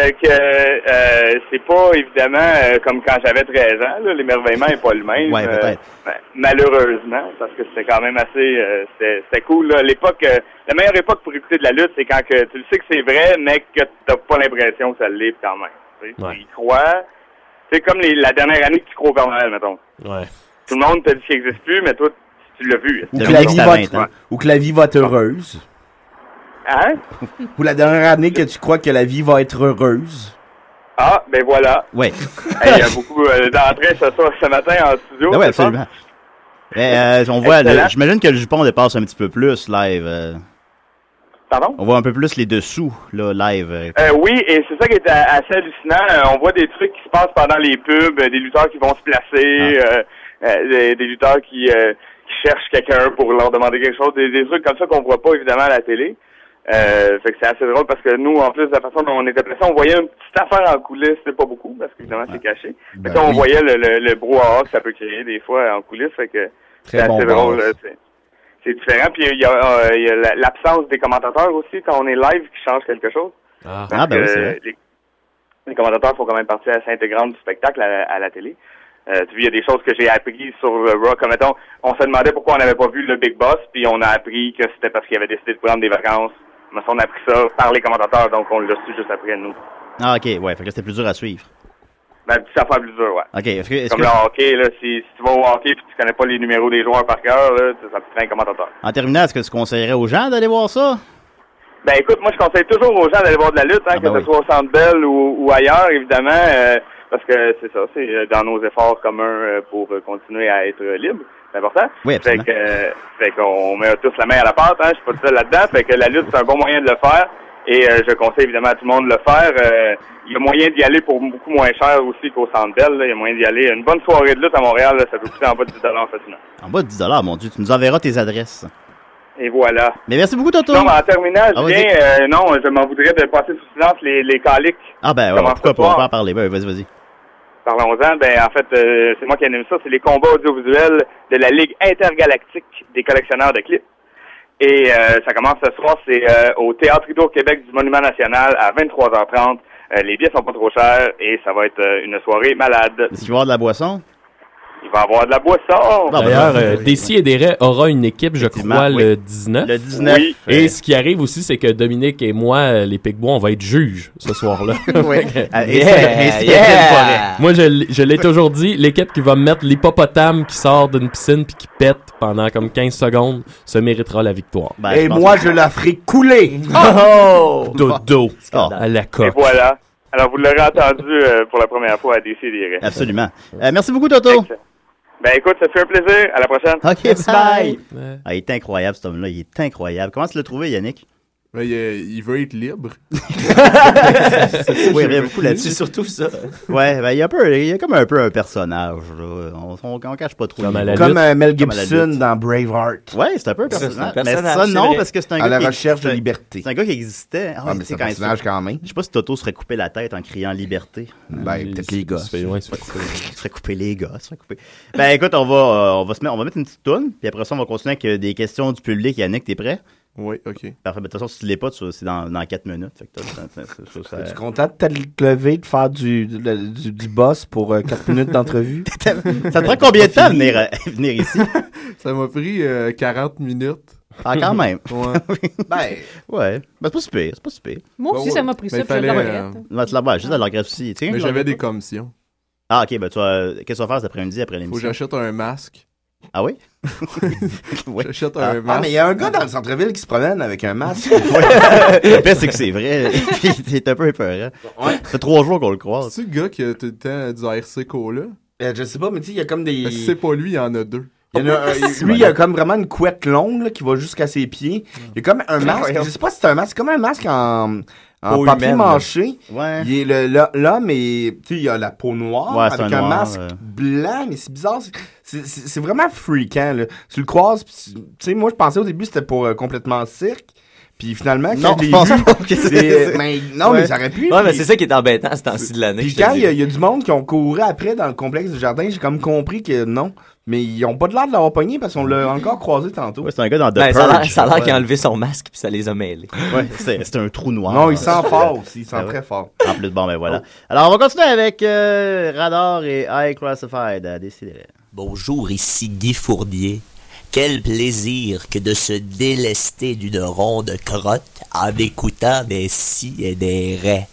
Speaker 15: que c'est pas évidemment comme quand j'avais 13 ans. Là, l'émerveillement n'est pas le même.
Speaker 6: Ouais, peut-être.
Speaker 15: Malheureusement, parce que c'était quand même assez... c'était cool. Là. La meilleure époque pour écouter de la lutte, c'est quand que tu le sais que c'est vrai, mais que t'as pas l'impression que ça l'est quand même. Tu y crois. C'est comme la dernière année que tu crois au Père Noël, mettons.
Speaker 10: Ouais.
Speaker 15: Tout le monde te dit qu'il n'existe plus, mais toi, tu l'as vu.
Speaker 9: Ou que la vie va être heureuse.
Speaker 15: Hein?
Speaker 9: Ou la dernière année que tu crois que la vie va être heureuse.
Speaker 15: Ah, ben voilà.
Speaker 6: Ouais.
Speaker 15: Il y a beaucoup d'entrées ce matin en studio.
Speaker 6: Oui, absolument. On voit, j'imagine que le jupon dépasse un petit peu plus live.
Speaker 15: Pardon?
Speaker 6: On voit un peu plus les dessous, là, live.
Speaker 15: Oui, et c'est ça qui est assez hallucinant. On voit des trucs qui se passent pendant les pubs, des lutteurs qui vont se placer, des lutteurs qui cherchent quelqu'un pour leur demander quelque chose, des trucs comme ça qu'on voit pas évidemment à la télé. Fait que c'est assez drôle parce que nous, en plus de la façon dont on était placés, on voyait une petite affaire en coulisses, c'est pas beaucoup parce qu'évidemment c'est caché. Fait que on voyait le brouhaha que ça peut créer des fois en coulisses, fait que c'est assez drôle. C'est différent. Puis il y a l'absence des commentateurs aussi quand on est live qui change quelque chose.
Speaker 6: Ben oui, c'est vrai.
Speaker 15: Les commentateurs font quand même partie assez intégrante du spectacle à la télé. Tu vois, il y a des choses que j'ai apprises sur Raw, comme mettons, on se demandait pourquoi on n'avait pas vu le Big Boss, puis on a appris que c'était parce qu'il avait décidé de prendre des vacances. Mais on a appris ça par les commentateurs, donc on l'a su juste après nous.
Speaker 6: Ah, ok, ouais, fait que c'était plus dur à suivre.
Speaker 15: Ben, ça fait plus dur, ouais.
Speaker 6: Ok, est-ce
Speaker 15: comme le hockey, là, si tu vas au hockey et tu connais pas les numéros des joueurs par cœur, là, ça te prend un commentateur.
Speaker 6: En terminant, est-ce que tu conseillerais aux gens d'aller voir ça?
Speaker 15: Ben, écoute, moi, je conseille toujours aux gens d'aller voir de la lutte, que ce soit au Centre Bell ou ailleurs, évidemment, parce que c'est ça, c'est dans nos efforts communs pour continuer à être libre. C'est important.
Speaker 6: Oui, absolument.
Speaker 15: Fait qu'on met tous la main à la pâte, je suis pas tout seul là-dedans. Fait que la lutte, c'est un bon moyen de le faire. Et je conseille évidemment à tout le monde de le faire. Il y a moyen d'y aller pour beaucoup moins cher aussi qu'au Centre Bell. Il y a moyen d'y aller. Une bonne soirée de lutte à Montréal, là, ça peut coûter en bas de 10 $ facilement.
Speaker 6: En bas de 10 $, mon Dieu. Tu nous enverras tes adresses.
Speaker 15: Et voilà.
Speaker 6: Mais merci beaucoup, Toto.
Speaker 15: Non, mais en terminant, non, je m'en voudrais de passer sous silence les caliques.
Speaker 6: Ah ben, pourquoi pas? On peut en parler. Ben, vas-y.
Speaker 15: Parlons-en. Ben, en fait, c'est moi qui anime ça. C'est les combats audiovisuels de la Ligue intergalactique des collectionneurs de clips. Et ça commence ce soir. C'est au Théâtre Rideau Québec du Monument National à 23h30. Les billets sont pas trop chers et ça va être une soirée malade.
Speaker 6: Est-ce qu'il va y avoir de la boisson?
Speaker 15: Il va y avoir de la boisson.
Speaker 10: D'ailleurs, Décideret aura une équipe, je crois, le 19.
Speaker 6: Le 19.
Speaker 15: Oui.
Speaker 10: Et ce qui arrive aussi, c'est que Dominique et moi, les Picbois, on va être juges ce soir-là.
Speaker 6: Oui.
Speaker 10: Moi, je l'ai toujours dit, l'équipe qui va me mettre l'hippopotame qui sort d'une piscine puis qui pète pendant comme 15 secondes se méritera la victoire.
Speaker 9: Ben, et moi, je la ferai couler.
Speaker 10: Dodo. À la coque.
Speaker 15: Et voilà. Alors, vous l'aurez entendu pour la première fois à Décideret.
Speaker 6: Absolument. Merci beaucoup, Toto.
Speaker 15: Excellent. Ben écoute, ça fait un plaisir. À la prochaine.
Speaker 6: OK, bye. Ah, il est incroyable, cet homme-là. Il est incroyable. Comment tu l'as trouvé, Yannick?
Speaker 8: Il veut être libre.
Speaker 6: Oui, il y a beaucoup là-dessus.
Speaker 11: C'est surtout ça.
Speaker 6: Ouais, ben, il y a comme un peu un personnage. Là. On cache pas trop.
Speaker 9: Comme Mel Gibson dans Braveheart.
Speaker 6: Ouais, c'est un peu un personnage. Mais ça, non, parce que c'est un gars.
Speaker 9: À la recherche de liberté.
Speaker 6: C'est un gars qui existait.
Speaker 9: Mais c'est un personnage quand même.
Speaker 6: Je sais pas si Toto serait coupé la tête en criant liberté.
Speaker 9: Ben, peut-être les gars.
Speaker 6: Il serait coupé les gars. Ben, écoute, on va mettre une petite toune, puis après ça, on va continuer avec des questions du public. Yannick, t'es prêt?
Speaker 8: Oui, OK.
Speaker 6: Parfait. De toute façon, si tu l'es pas, c'est dans 4 minutes. Fait que
Speaker 9: es-tu content de te lever, de faire du boss pour 4 minutes d'entrevue?
Speaker 6: Ça te prend combien de temps venir ici?
Speaker 8: Ça m'a pris 40 minutes.
Speaker 6: Ah, quand même.
Speaker 8: Ouais.
Speaker 6: Ouais. Ben, c'est pas si pire.
Speaker 7: Moi aussi, ça m'a pris ça, puis je le regrette.
Speaker 6: Juste à la regrette aussi.
Speaker 8: Mais j'avais des commissions.
Speaker 6: Ah, OK. Ben, qu'est-ce que tu vas faire cet après-midi après l'émission?
Speaker 8: Faut que j'achète un masque.
Speaker 6: Ah oui?
Speaker 8: Ouais. J'achète un masque.
Speaker 9: Ah, mais il y a un gars dans le centre-ville qui se promène avec un masque.
Speaker 6: Le pire, c'est que c'est vrai. C'est un peu épeurant.
Speaker 9: Ouais.
Speaker 6: Ça fait 3 jours qu'on le croise.
Speaker 8: C'est le gars qui a tout le temps du RC Cola?
Speaker 9: Je sais pas, mais tu sais, il y a comme des...
Speaker 8: Si c'est pas lui, il y en a 2.
Speaker 9: Lui, il a comme vraiment une couette longue là, qui va jusqu'à ses pieds. Il y a comme un masque. Je sais pas si c'est un masque. C'est comme un masque en papier mâché.
Speaker 6: Ouais.
Speaker 9: L'homme est, tu sais, il a la peau noire avec un masque blanc, mais c'est bizarre. C'est vraiment freakant, là. Tu le croises, tu sais, moi, je pensais au début que c'était pour complètement cirque. Puis finalement, quand je l'ai vu, mais ça aurait pu.
Speaker 11: Ouais, mais c'est ça qui est embêtant à ce temps-ci de l'année.
Speaker 9: Puis quand il y a du monde qui ont couru après dans le complexe du jardin, j'ai comme compris que non. Mais ils ont pas de l'air de l'avoir pogné parce qu'on l'a encore croisé tantôt.
Speaker 6: Ouais, c'est un gars dans The Purge.
Speaker 11: Ça a l'air qu'il a enlevé son masque puis ça les a mêlés.
Speaker 6: Ouais, c'est un trou noir.
Speaker 9: Non, il sent fort aussi. Il sent très fort.
Speaker 6: En plus, bon, ben voilà. Alors, on va continuer avec Radar et High Classified à Décideret.
Speaker 16: Bonjour, ici Guy Fournier. Quel plaisir que de se délester d'une ronde crotte en écoutant des si et des raies.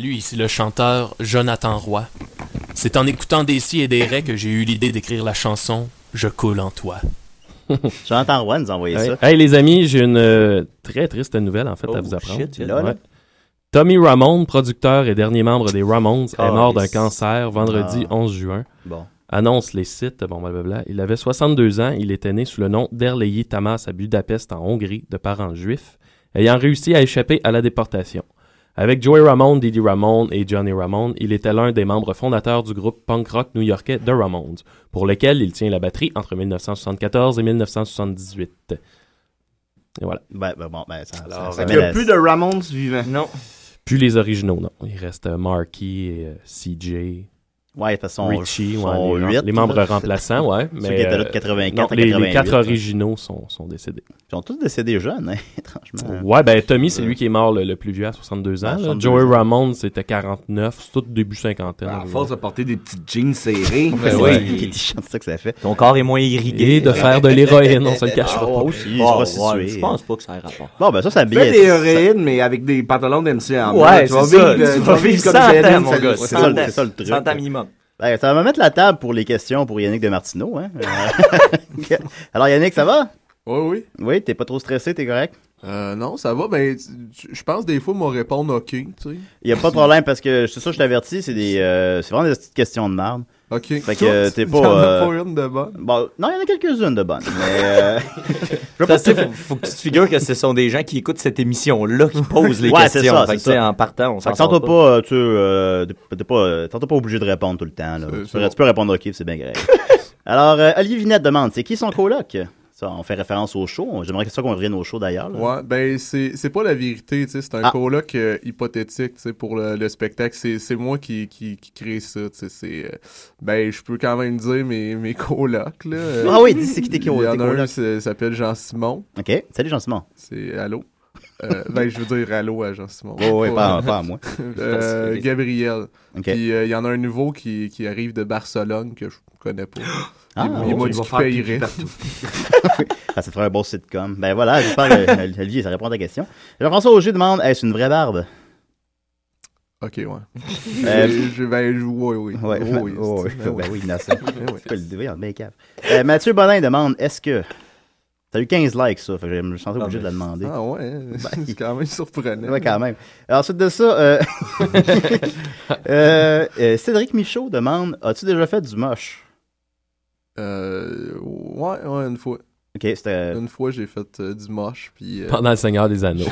Speaker 10: Salut, ici le chanteur Jonathan Roy. C'est en écoutant des si et des ré que j'ai eu l'idée d'écrire la chanson « Je coule en toi ».
Speaker 6: Jonathan Roy nous a envoyé ça.
Speaker 10: Hey les amis, j'ai une très triste nouvelle en fait à vous apprendre.
Speaker 6: Shit, là.
Speaker 10: Tommy Ramone, producteur et dernier membre des Ramones, est mort d'un cancer vendredi 11 juin.
Speaker 6: Bon.
Speaker 10: Annonce les sites, blablabla. Il avait 62 ans, il était né sous le nom d'Erleyi Tamas à Budapest en Hongrie, de parents juifs, ayant réussi à échapper à la déportation. Avec Joey Ramone, Didi Ramone et Johnny Ramone, il était l'un des membres fondateurs du groupe punk rock new-yorkais The Ramones, pour lequel il tient la batterie entre 1974 et 1978. Et voilà.
Speaker 9: Il n'y a plus de Ramones vivants.
Speaker 11: Non.
Speaker 10: Plus les originaux, non. Il reste Marky et CJ.
Speaker 6: Ouais, de toute façon,
Speaker 10: Richie, les membres remplaçants, ouais.
Speaker 6: Ceux qui étaient là de 84
Speaker 10: non,
Speaker 6: à 88.
Speaker 10: Les 4 originaux sont décédés.
Speaker 6: Ils sont tous décédés jeunes, hein, étrangement.
Speaker 10: Ouais, ben Tommy, c'est lui qui est mort le plus vieux à 62 ans. 62 Joey Ramone, c'était 49, c'est tout début cinquantaine.
Speaker 9: À force de porter des petites jeans serrées.
Speaker 6: C'est ça que ça fait.
Speaker 11: Ton corps est moins irrigué.
Speaker 10: Et de faire de l'héroïne, on se le cachera pas.
Speaker 6: Aussi,
Speaker 11: je pense pas que ça ait rapport.
Speaker 6: Bon, ben ça bien.
Speaker 9: Fais des héroïnes, mais avec des pantalons d'MC en bas.
Speaker 11: Ouais, tu vas vivre comme Jérémy, mon gars.
Speaker 6: C'est ça le truc.
Speaker 11: 100 ans minimum.
Speaker 6: Ben, ça va mettre la table pour les questions pour Yannick de Martineau. Hein? Alors Yannick, ça va?
Speaker 8: Oui.
Speaker 6: Oui, t'es pas trop stressé, t'es correct?
Speaker 8: Non, ça va. Ben, je pense des fois, m'ont répondre OK, tu sais.
Speaker 6: Il y a pas de problème parce que, c'est ça, je t'avertis, c'est vraiment des petites questions de merde.
Speaker 8: OK.
Speaker 6: Fait que t'es pas...
Speaker 8: Il y en a pas une de bonne?
Speaker 6: Bon, non, il y en a quelques-unes de bonnes, mais...
Speaker 11: faut que tu te figures que ce sont des gens qui écoutent cette émission-là qui posent les questions.
Speaker 6: C'est ça.
Speaker 11: En partant, on s'en
Speaker 6: sort pas. T'es pas obligé de répondre tout le temps. Là. Tu peux répondre OK, c'est bien grave. Alors, Olivier Vinette demande, c'est qui son coloc? Ça, on fait référence au show. J'aimerais que ça qu'on revienne au show d'ailleurs. Là.
Speaker 8: Ouais, ben c'est pas la vérité, tu sais, c'est un coloc hypothétique, tu sais, pour le spectacle. C'est moi qui crée ça, tu sais. Ben, je peux quand même dire mes colocs, là.
Speaker 6: Oui, dis c'est qui tes colocs.
Speaker 8: Il y en a un qui s'appelle Jean-Simon.
Speaker 6: OK, salut Jean-Simon.
Speaker 8: C'est allô. Ben, je veux dire allô à Jean-Simon.
Speaker 6: Oui, pas à moi.
Speaker 8: Gabriel.
Speaker 6: Okay.
Speaker 8: Puis il y en a un nouveau qui arrive de Barcelone que je connais pas.
Speaker 6: Il
Speaker 8: m'a dit qu'il payerait.
Speaker 6: Ça ferait un beau sitcom. Ben voilà, j'espère que Olivier, ça répond à ta question. Jean-François Auger demande, est-ce une vraie barbe?
Speaker 8: OK, ouais. Oui.
Speaker 6: Oui, innocent. C'est pas l'idée, on bien cave. Mathieu Bonin demande, est-ce que... T'as eu 15 likes, ça, fait que je me sentais obligé de la demander.
Speaker 8: Ah ouais, c'est quand même surprenant.
Speaker 6: Ouais, quand même. Alors, ensuite de ça, Cédric Michaud demande, as-tu déjà fait du moche?
Speaker 8: Ouais, une fois.
Speaker 6: OK, c'était...
Speaker 8: Une fois, j'ai fait du moche, puis...
Speaker 10: Pendant le Seigneur des Anneaux.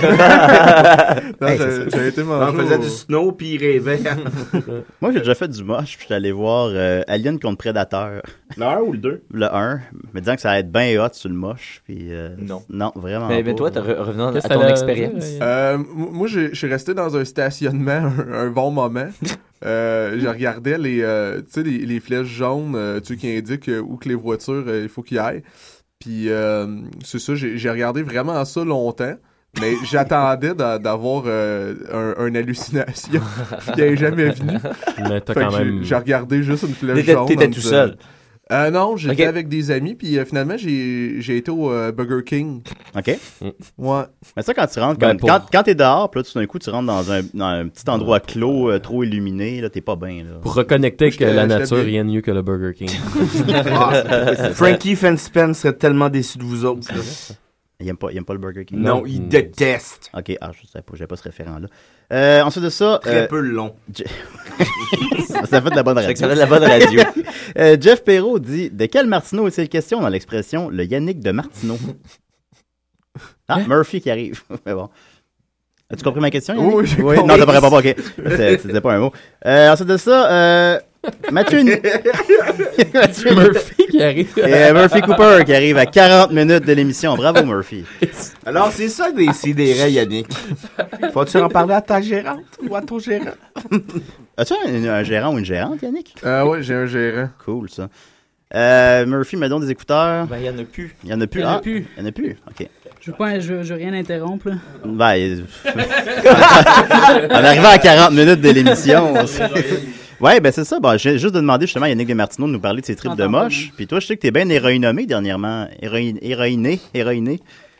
Speaker 8: J'ai été manger.
Speaker 9: On faisait du snow, puis il rêvait.
Speaker 6: Moi, j'ai déjà fait du moche, puis j'étais allé voir Alien contre Predator.
Speaker 9: Le 1 ou le 2?
Speaker 6: Le 1, me disant que ça allait être bien hot sur le moche, puis... Non, vraiment pas.
Speaker 11: Mais toi, revenons à ton expérience.
Speaker 8: Moi, je suis resté dans un stationnement un bon moment. Je regardais les flèches jaunes qui indiquent où que les voitures, il faut qu'ils aillent. Puis c'est ça, j'ai regardé vraiment ça longtemps. Mais j'attendais d'avoir une hallucination qui n'est jamais venue.
Speaker 10: Mais t'as quand même...
Speaker 8: J'ai regardé juste une flèche jaune.
Speaker 11: T'étais tout seul?
Speaker 8: Non, j'étais avec des amis, puis finalement, j'ai été au Burger King.
Speaker 6: OK.
Speaker 8: Ouais.
Speaker 6: Mais ça, quand tu rentres, quand t'es dehors, puis là, tout d'un coup, tu rentres dans un petit endroit clos, trop illuminé, là, t'es pas bien. Là.
Speaker 10: Pour reconnecter avec la nature, rien de mieux que le Burger King.
Speaker 9: Frankie Fenspen serait tellement déçu de vous autres.
Speaker 6: Il aime pas le Burger King?
Speaker 9: Non, il déteste.
Speaker 6: OK, je sais pas, j'avais pas ce référent-là. Ensuite de ça...
Speaker 9: Très peu long.
Speaker 6: Ça fait de la bonne radio.
Speaker 11: Ça fait de la bonne radio.
Speaker 6: Jeff Perrault dit, de quel Martineau est-il question dans l'expression le Yannick de Martineau? Murphy qui arrive. Mais bon. As-tu compris ma question, Yannick?
Speaker 8: Oui, j'ai compris.
Speaker 6: Non, t'as pas répondu, OK. C'était pas un mot. Ensuite de ça, Mathieu
Speaker 10: Murphy qui arrive.
Speaker 6: Et Murphy Cooper qui arrive à 40 minutes de l'émission. Bravo, Murphy.
Speaker 9: Alors, c'est ça des sidérés, Yannick. Faut-tu en parler à ta gérante ou à ton gérant?
Speaker 6: As-tu un gérant ou une gérante, Yannick?
Speaker 8: Ouais, j'ai un gérant.
Speaker 6: Cool, ça. Murphy, me donne des écouteurs.
Speaker 11: Ben, il y en a plus.
Speaker 6: Il y en a plus?
Speaker 17: Il y en a plus.
Speaker 6: Il y en a plus, OK.
Speaker 17: Je veux rien interrompre, là.
Speaker 6: Ben, en arrivant à 40 minutes de l'émission... Ouais, ben c'est ça. Bon, j'ai juste demandé justement à Yannick Desmartineaux de nous parler de ses tripes de moche. Puis toi, je sais que t'es bien héroïnomé dernièrement. Héroïné.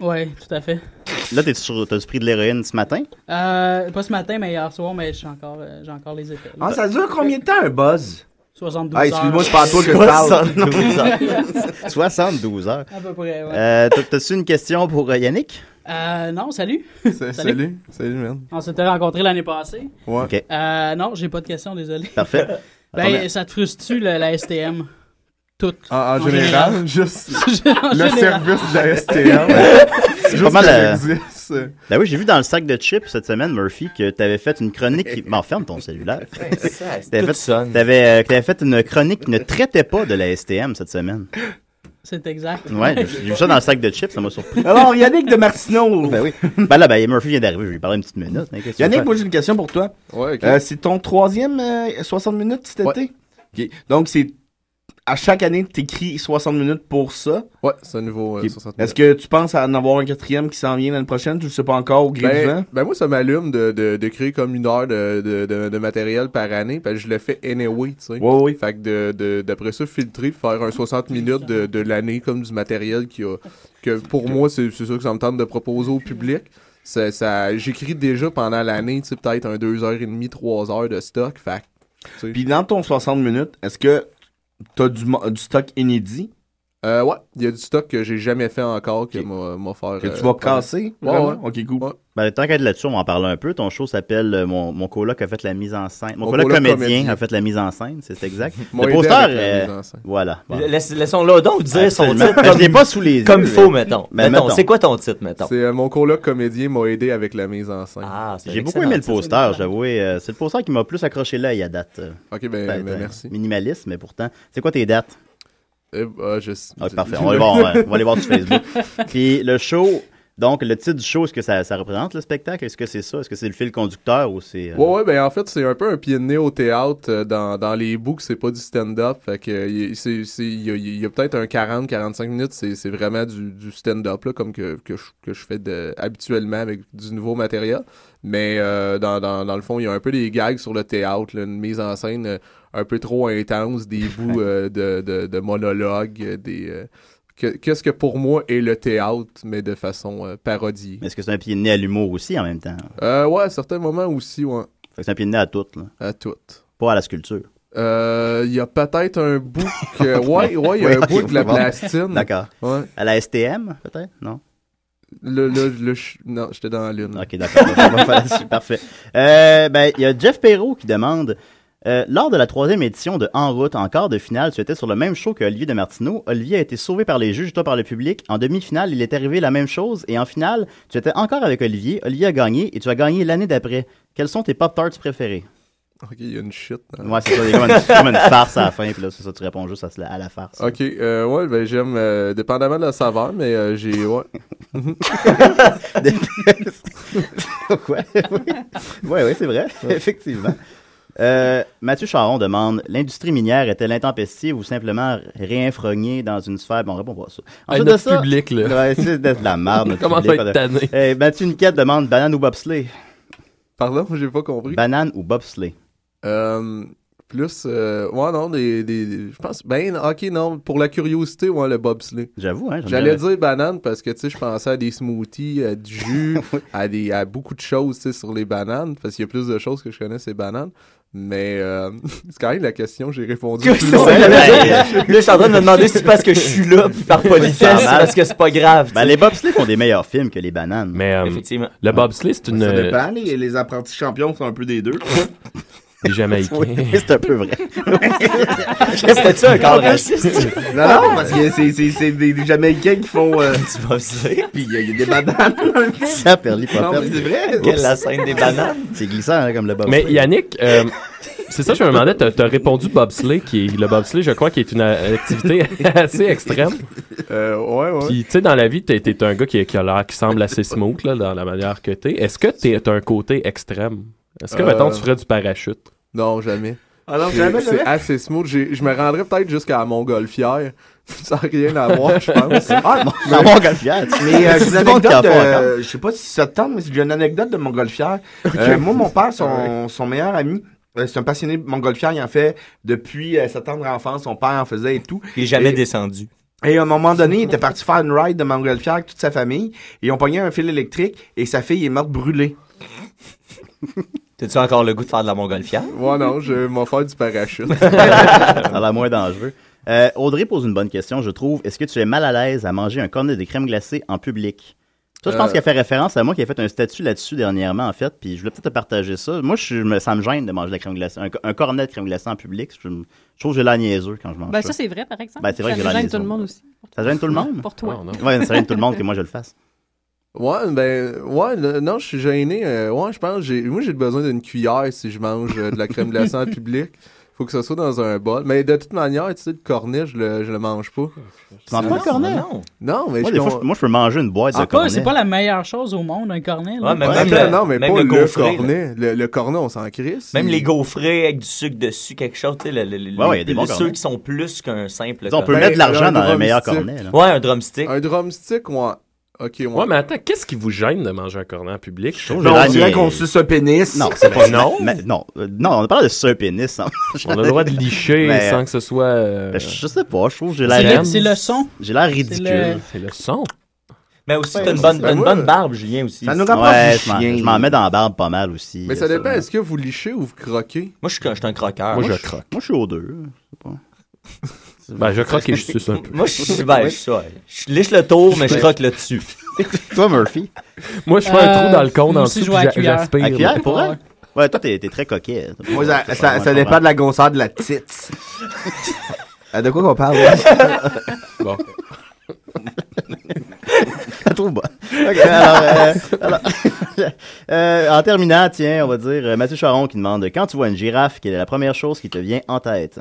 Speaker 17: Oui, tout à fait.
Speaker 6: Là, t'as-tu pris de l'héroïne ce matin?
Speaker 17: Pas ce matin, mais hier soir, mais j'ai encore les effets.
Speaker 9: Ah, ça dure combien de temps, un buzz?
Speaker 17: 72
Speaker 9: heures. Excuse-moi, c'est pas à toi que je parle.
Speaker 6: 72 heures.
Speaker 17: À peu près, ouais.
Speaker 6: T'as-tu une question pour Yannick?
Speaker 17: Non, salut.
Speaker 8: Salut, man.
Speaker 17: On s'était rencontrés l'année passée.
Speaker 8: Ouais.
Speaker 6: Okay.
Speaker 17: Non, j'ai pas de question, désolé.
Speaker 6: Parfait.
Speaker 17: Ça te frustre-tu, la STM? Tout.
Speaker 8: En général, juste le service de la STM.
Speaker 6: C'est pas mal. Ben oui, j'ai vu dans le sac de chips cette semaine, Murphy, que t'avais fait une chronique qui... ferme ton cellulaire. T'avais fait une chronique qui ne traitait pas de la STM cette semaine.
Speaker 17: C'est exact.
Speaker 6: Ouais, j'ai vu ça dans le sac de chips, ça m'a surpris.
Speaker 9: Alors, Yannick de Martineau.
Speaker 6: Ben oui. Murphy vient d'arriver, je vais lui parler une petite minute.
Speaker 9: Yannick, moi j'ai une question pour toi.
Speaker 8: Ouais, ok.
Speaker 9: C'est ton 3e 60 minutes cet été? Ok. Donc, c'est à chaque année, tu écris 60 minutes pour ça.
Speaker 8: Ouais, c'est un nouveau 60 minutes.
Speaker 9: Est-ce que tu penses à en avoir un 4e qui s'en vient l'année prochaine? Tu le sais pas encore au gré du vent?
Speaker 8: Ben moi, ça m'allume de créer comme 1 heure de matériel par année, parce que je le fais anyway, tu sais.
Speaker 9: Oui.
Speaker 8: Fait que d'après ça, filtrer, faire un 60 minutes de l'année comme du matériel que pour moi, c'est ça que ça me tente de proposer au public. J'écris déjà pendant l'année, tu sais, peut-être un 2h30, 3 heures de stock. Fait
Speaker 9: puis dans ton 60 minutes, est-ce que t'as du stock inédit?
Speaker 8: Ouais, il y a du stock que j'ai jamais fait encore que m'a faire.
Speaker 9: Que tu vas casser?
Speaker 8: Ouais.
Speaker 9: Ok, cool.
Speaker 8: Ouais.
Speaker 6: Ben, tant qu'à être là-dessus, on va en parler un peu. Ton show s'appelle Mon coloc a fait la mise en scène. Mon coloc comédien a fait la mise en scène, c'est exact. Le poster, voilà. Bon.
Speaker 11: Laissons-le donc dire son titre.
Speaker 6: Je l'ai pas sous les yeux.
Speaker 11: Comme faux, mettons. C'est quoi ton titre, mettons?
Speaker 8: C'est Mon coloc comédien m'a aidé avec la mise en scène.
Speaker 6: J'ai beaucoup aimé le poster, j'avoue. C'est le poster qui m'a plus accroché l'œil à date.
Speaker 8: Ok, ben merci.
Speaker 6: Minimaliste, mais pourtant. C'est quoi tes dates? Parfait, on va aller voir sur Facebook. Puis le show, donc le titre du show, est-ce que ça représente le spectacle? Est-ce que c'est ça? Est-ce que c'est le fil conducteur ou c'est...
Speaker 8: Ouais, ben en fait, c'est un peu un pied de nez au théâtre dans les bouts que c'est pas du stand-up. Fait que il y a peut-être un 40-45 minutes, c'est vraiment du stand-up, là, comme que je fais habituellement avec du nouveau matériel. Mais dans le fond, il y a un peu des gags sur le théâtre, là, une mise en scène un peu trop intense, des bouts de monologues, qu'est-ce que pour moi est le théâtre, mais de façon parodie.
Speaker 6: Est-ce que c'est un pied de nez à l'humour aussi en même temps?
Speaker 8: Ouais, à certains moments aussi, ouais.
Speaker 6: Fait que c'est un pied de nez à tout, là.
Speaker 8: À tout.
Speaker 6: Pas à la sculpture.
Speaker 8: Il y a peut-être un bout que... Ouais, il y a un bout de la plastine.
Speaker 6: D'accord.
Speaker 8: Ouais.
Speaker 6: À la STM, peut-être? Non?
Speaker 8: Non, j'étais dans la lune.
Speaker 6: Ok, d'accord. On va faire là-dessus. Parfait. Il y a Jeff Perrault qui demande... lors de la 3e édition de En route, en quart de finale, tu étais sur le même show que Olivier de Martineau. Olivier a été sauvé par les juges et toi par le public. En demi-finale, il est arrivé la même chose. Et en finale, tu étais encore avec Olivier. Olivier a gagné et tu as gagné l'année d'après. Quels sont tes Pop-Tarts préférés?
Speaker 8: Ok, il y a une shit.
Speaker 6: Ouais, c'est ça. Il y a comme une farce à la fin. Puis là, c'est ça, tu réponds juste à la farce.
Speaker 8: Ok, ouais, ben j'aime, dépendamment de la saveur, mais j'ai... Ouais.
Speaker 6: Quoi? Oui, c'est vrai. Effectivement. Mathieu Charon demande: l'industrie minière est-elle intempestive ou simplement réinfrognée dans une sphère? Bon, on répond pas à ça.
Speaker 10: Ensuite de ça, public, là.
Speaker 6: Ouais, c'est de la merde.
Speaker 10: Comment ça va être tanné?
Speaker 6: Mathieu Niquette demande: banane ou bobsleigh?
Speaker 8: Pardon, j'ai pas compris.
Speaker 6: Banane ou bobsleigh?
Speaker 8: Plus, ouais, non, je pense, ok, non, pour la curiosité, ouais, le bobsleigh.
Speaker 6: J'avoue, hein.
Speaker 8: J'allais dire banane parce que, tu sais, je pensais à des smoothies, à du jus, à beaucoup de choses, tu sais, sur les bananes, parce qu'il y a plus de choses que je connais, c'est bananes. Mais, c'est quand même la question, j'ai répondu.
Speaker 11: Là, je suis en train de me demander si c'est parce que je suis là, puis par politesse, parce que c'est pas grave.
Speaker 6: Les bobsleighs font des meilleurs films que les bananes.
Speaker 10: Mais,
Speaker 11: effectivement.
Speaker 10: Le bobsleigh, c'est une...
Speaker 9: Ça dépend, les apprentis champions sont un peu des deux.
Speaker 10: Les Jamaïcains.
Speaker 6: Oui, c'est un peu vrai.
Speaker 11: C'était-tu un cadre raciste?
Speaker 9: Non, parce que c'est des Jamaïcains qui font
Speaker 11: du bobsleigh.
Speaker 9: Puis il y a des bananes.
Speaker 6: Ça perlit pas.
Speaker 9: Non, c'est vrai.
Speaker 11: Quelle la scène des bananes?
Speaker 6: C'est glissant, hein, comme le bobsleigh.
Speaker 10: Mais Yannick, c'est ça, je me demandais, t'as répondu bobsleigh, le bobsleigh, je crois, qui est une activité assez extrême.
Speaker 8: Ouais.
Speaker 10: Puis, tu sais, dans la vie, t'es un gars qui a l'air, qui semble assez smooth, là, dans la manière que t'es. Est-ce que t'as un côté extrême? Est-ce que, mettons, tu ferais du parachute?
Speaker 8: Non, jamais.
Speaker 9: Ah non, jamais?
Speaker 8: C'est assez smooth. Je me rendrais peut-être jusqu'à la Montgolfière. Ça n'a rien à voir, je pense.
Speaker 6: La Montgolfière.
Speaker 9: Mais j'ai une anecdote, je sais pas si ça te tente, mais j'ai une anecdote de Montgolfière. Moi, mon père, son meilleur ami, c'est un passionné de Montgolfière. Il en fait depuis sa tendre enfance. Son père en faisait et tout.
Speaker 11: Il est jamais descendu.
Speaker 9: Et à un moment donné, il était parti faire une ride de Montgolfière avec toute sa famille. Et ils ont pogné un fil électrique et sa fille est morte brûlée.
Speaker 11: T'as-tu encore le goût de faire de la montgolfière?
Speaker 8: Ouais, non, je vais faire du parachute.
Speaker 6: Ça a l'air moins dangereux. Audrey pose une bonne question, je trouve. Est-ce que tu es mal à l'aise à manger un cornet de crème glacée en public? Ça, je pense qu'elle fait référence à moi qui a fait un statut là-dessus dernièrement, en fait. Puis je voulais peut-être te partager ça. Moi, ça me gêne de manger de la crème glacée. Un cornet de crème glacée en public, je trouve que j'ai l'air niaiseux quand je mange ça.
Speaker 7: Ça, c'est vrai, par exemple.
Speaker 6: C'est vrai que j'ai l'air
Speaker 7: ça gêne
Speaker 6: niaiseux.
Speaker 7: tout le monde aussi.
Speaker 6: Ça gêne tout le monde?
Speaker 7: Pour toi.
Speaker 6: Ouais, ça gêne tout le monde que moi, je le fasse.
Speaker 8: Ouais, non, je suis gêné. Je pense, moi, j'ai besoin d'une cuillère si je mange de la crème glacée en public. Faut que ça soit dans un bol. Mais de toute manière, tu sais, le cornet, je le mange pas.
Speaker 6: Tu manges pas le cornet?
Speaker 8: Non, mais
Speaker 6: moi, moi, je peux manger une boîte de cornet.
Speaker 17: C'est pas la meilleure chose au monde, un cornet. Là.
Speaker 11: Ouais, mais
Speaker 8: même
Speaker 11: pas
Speaker 8: le cornet. Le cornet, on s'en crisse.
Speaker 11: Même les gaufrés avec du sucre dessus, quelque chose, tu sais,
Speaker 6: y a des bons
Speaker 11: ceux qui sont plus qu'un simple
Speaker 6: on peut mettre de l'argent dans un meilleur cornet.
Speaker 11: Ouais, un drumstick.
Speaker 8: Un drumstick, ouais. Okay,
Speaker 10: ouais, mais attends, qu'est-ce qui vous gêne de manger un cornet en public?
Speaker 9: On dirait qu'on suce un pénis.
Speaker 6: Non, c'est pas non. Non, on parle de sucer un pénis.
Speaker 10: On a le droit de licher sans que ce soit...
Speaker 6: Je sais pas, je trouve que j'ai l'air...
Speaker 17: C'est le son.
Speaker 6: J'ai l'air ridicule.
Speaker 10: C'est le son.
Speaker 11: Mais aussi, t'as une bonne barbe, Julien, aussi.
Speaker 9: Ça nous rapproche du chien.
Speaker 6: Je m'en mets dans la barbe pas mal aussi.
Speaker 8: Mais ça dépend, est-ce que vous lichez ou vous croquez?
Speaker 11: Moi, je suis un croqueur.
Speaker 10: Moi, je croque.
Speaker 6: Moi, je suis aux deux.
Speaker 10: Je croque et je suce un peu.
Speaker 11: Moi, je liche le tour, mais je croque le dessus.
Speaker 6: Toi, Murphy?
Speaker 10: Moi, je fais un trou dans le cône en dessous,
Speaker 6: puis j'aspire. À cuillère, pour vrai? Ouais, toi, t'es très coquet.
Speaker 9: Moi, ça dépend de la grosseur de la tite. De quoi qu'on parle?
Speaker 10: Bon.
Speaker 6: Trop bas. En terminant, tiens, on va dire Mathieu Charon qui demande quand tu vois une girafe, quelle est la première chose qui te vient en tête?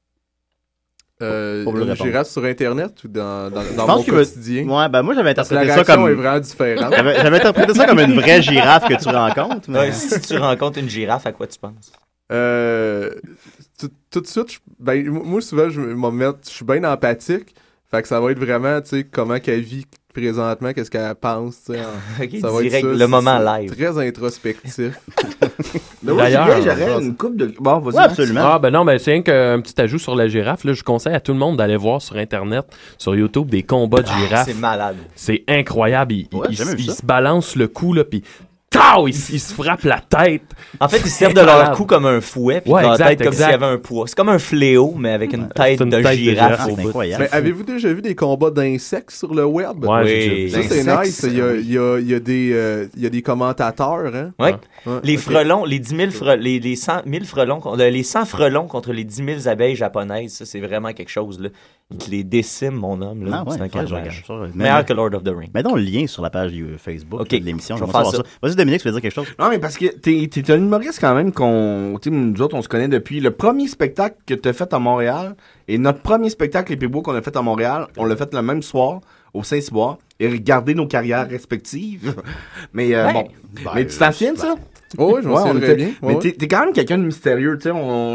Speaker 8: Une girafe sur Internet ou dans mon quotidien?
Speaker 6: Ouais, moi j'avais interprété
Speaker 8: la
Speaker 6: ça comme...
Speaker 8: est vraiment différente.
Speaker 6: J'avais interprété ça comme une vraie girafe que tu rencontres. Mais...
Speaker 11: Ouais, si tu rencontres une girafe, à quoi tu penses?
Speaker 8: Tout de suite, moi souvent, je suis bien empathique. Fait que ça va être vraiment, tu sais, comment qu'elle vit présentement, qu'est-ce qu'elle pense, tu sais.
Speaker 11: Okay,
Speaker 8: ça va
Speaker 11: direct,
Speaker 8: être ça,
Speaker 11: le moment live.
Speaker 8: Très introspectif.
Speaker 9: D'ailleurs, j'aurais une coupe de... Bon, vas-y.
Speaker 6: Ouais, absolument.
Speaker 10: Non, c'est rien qu'un petit ajout sur la girafe. Là, je conseille à tout le monde d'aller voir sur Internet, sur YouTube, des combats de girafes.
Speaker 11: C'est malade.
Speaker 10: C'est incroyable. Ils se balancent le cou, là, puis... Ils se frappent la tête.
Speaker 11: En fait, ils servent de leur cou comme un fouet, puis leur tête comme s'il y avait un poids. C'est comme un fléau, mais avec une tête de girafe.
Speaker 6: C'est incroyable.
Speaker 8: Mais avez-vous déjà vu des combats d'insectes sur le web?
Speaker 10: Ouais,
Speaker 11: oui.
Speaker 8: Ça, c'est nice. Il y a des commentateurs. Hein?
Speaker 11: Ouais. Les frelons, les 10 000 les 100 000 frelons, les 100 frelons contre les 10 000 abeilles japonaises, ça, c'est vraiment quelque chose, là. Ils les déciment, mon homme, là. C'est un carnage. Meilleur que Lord of the Rings.
Speaker 6: Mets donc le lien sur la page Facebook de l'émission.
Speaker 11: Je vais faire ça.
Speaker 6: Vas-y, Dominique, tu veux dire quelque chose?
Speaker 9: Non, mais parce que t'es un humoriste quand même nous autres, on se connaît depuis le premier spectacle que t'as fait à Montréal et notre premier spectacle, les plus beaux qu'on a fait à Montréal, on l'a fait le même soir au Saint-Cyboire et regardez nos carrières respectives. Mais mais tu t'en souviens de ça?
Speaker 8: Oh, oui, je m'en souviens très bien.
Speaker 9: Mais t'es quand même quelqu'un de mystérieux, tu sais,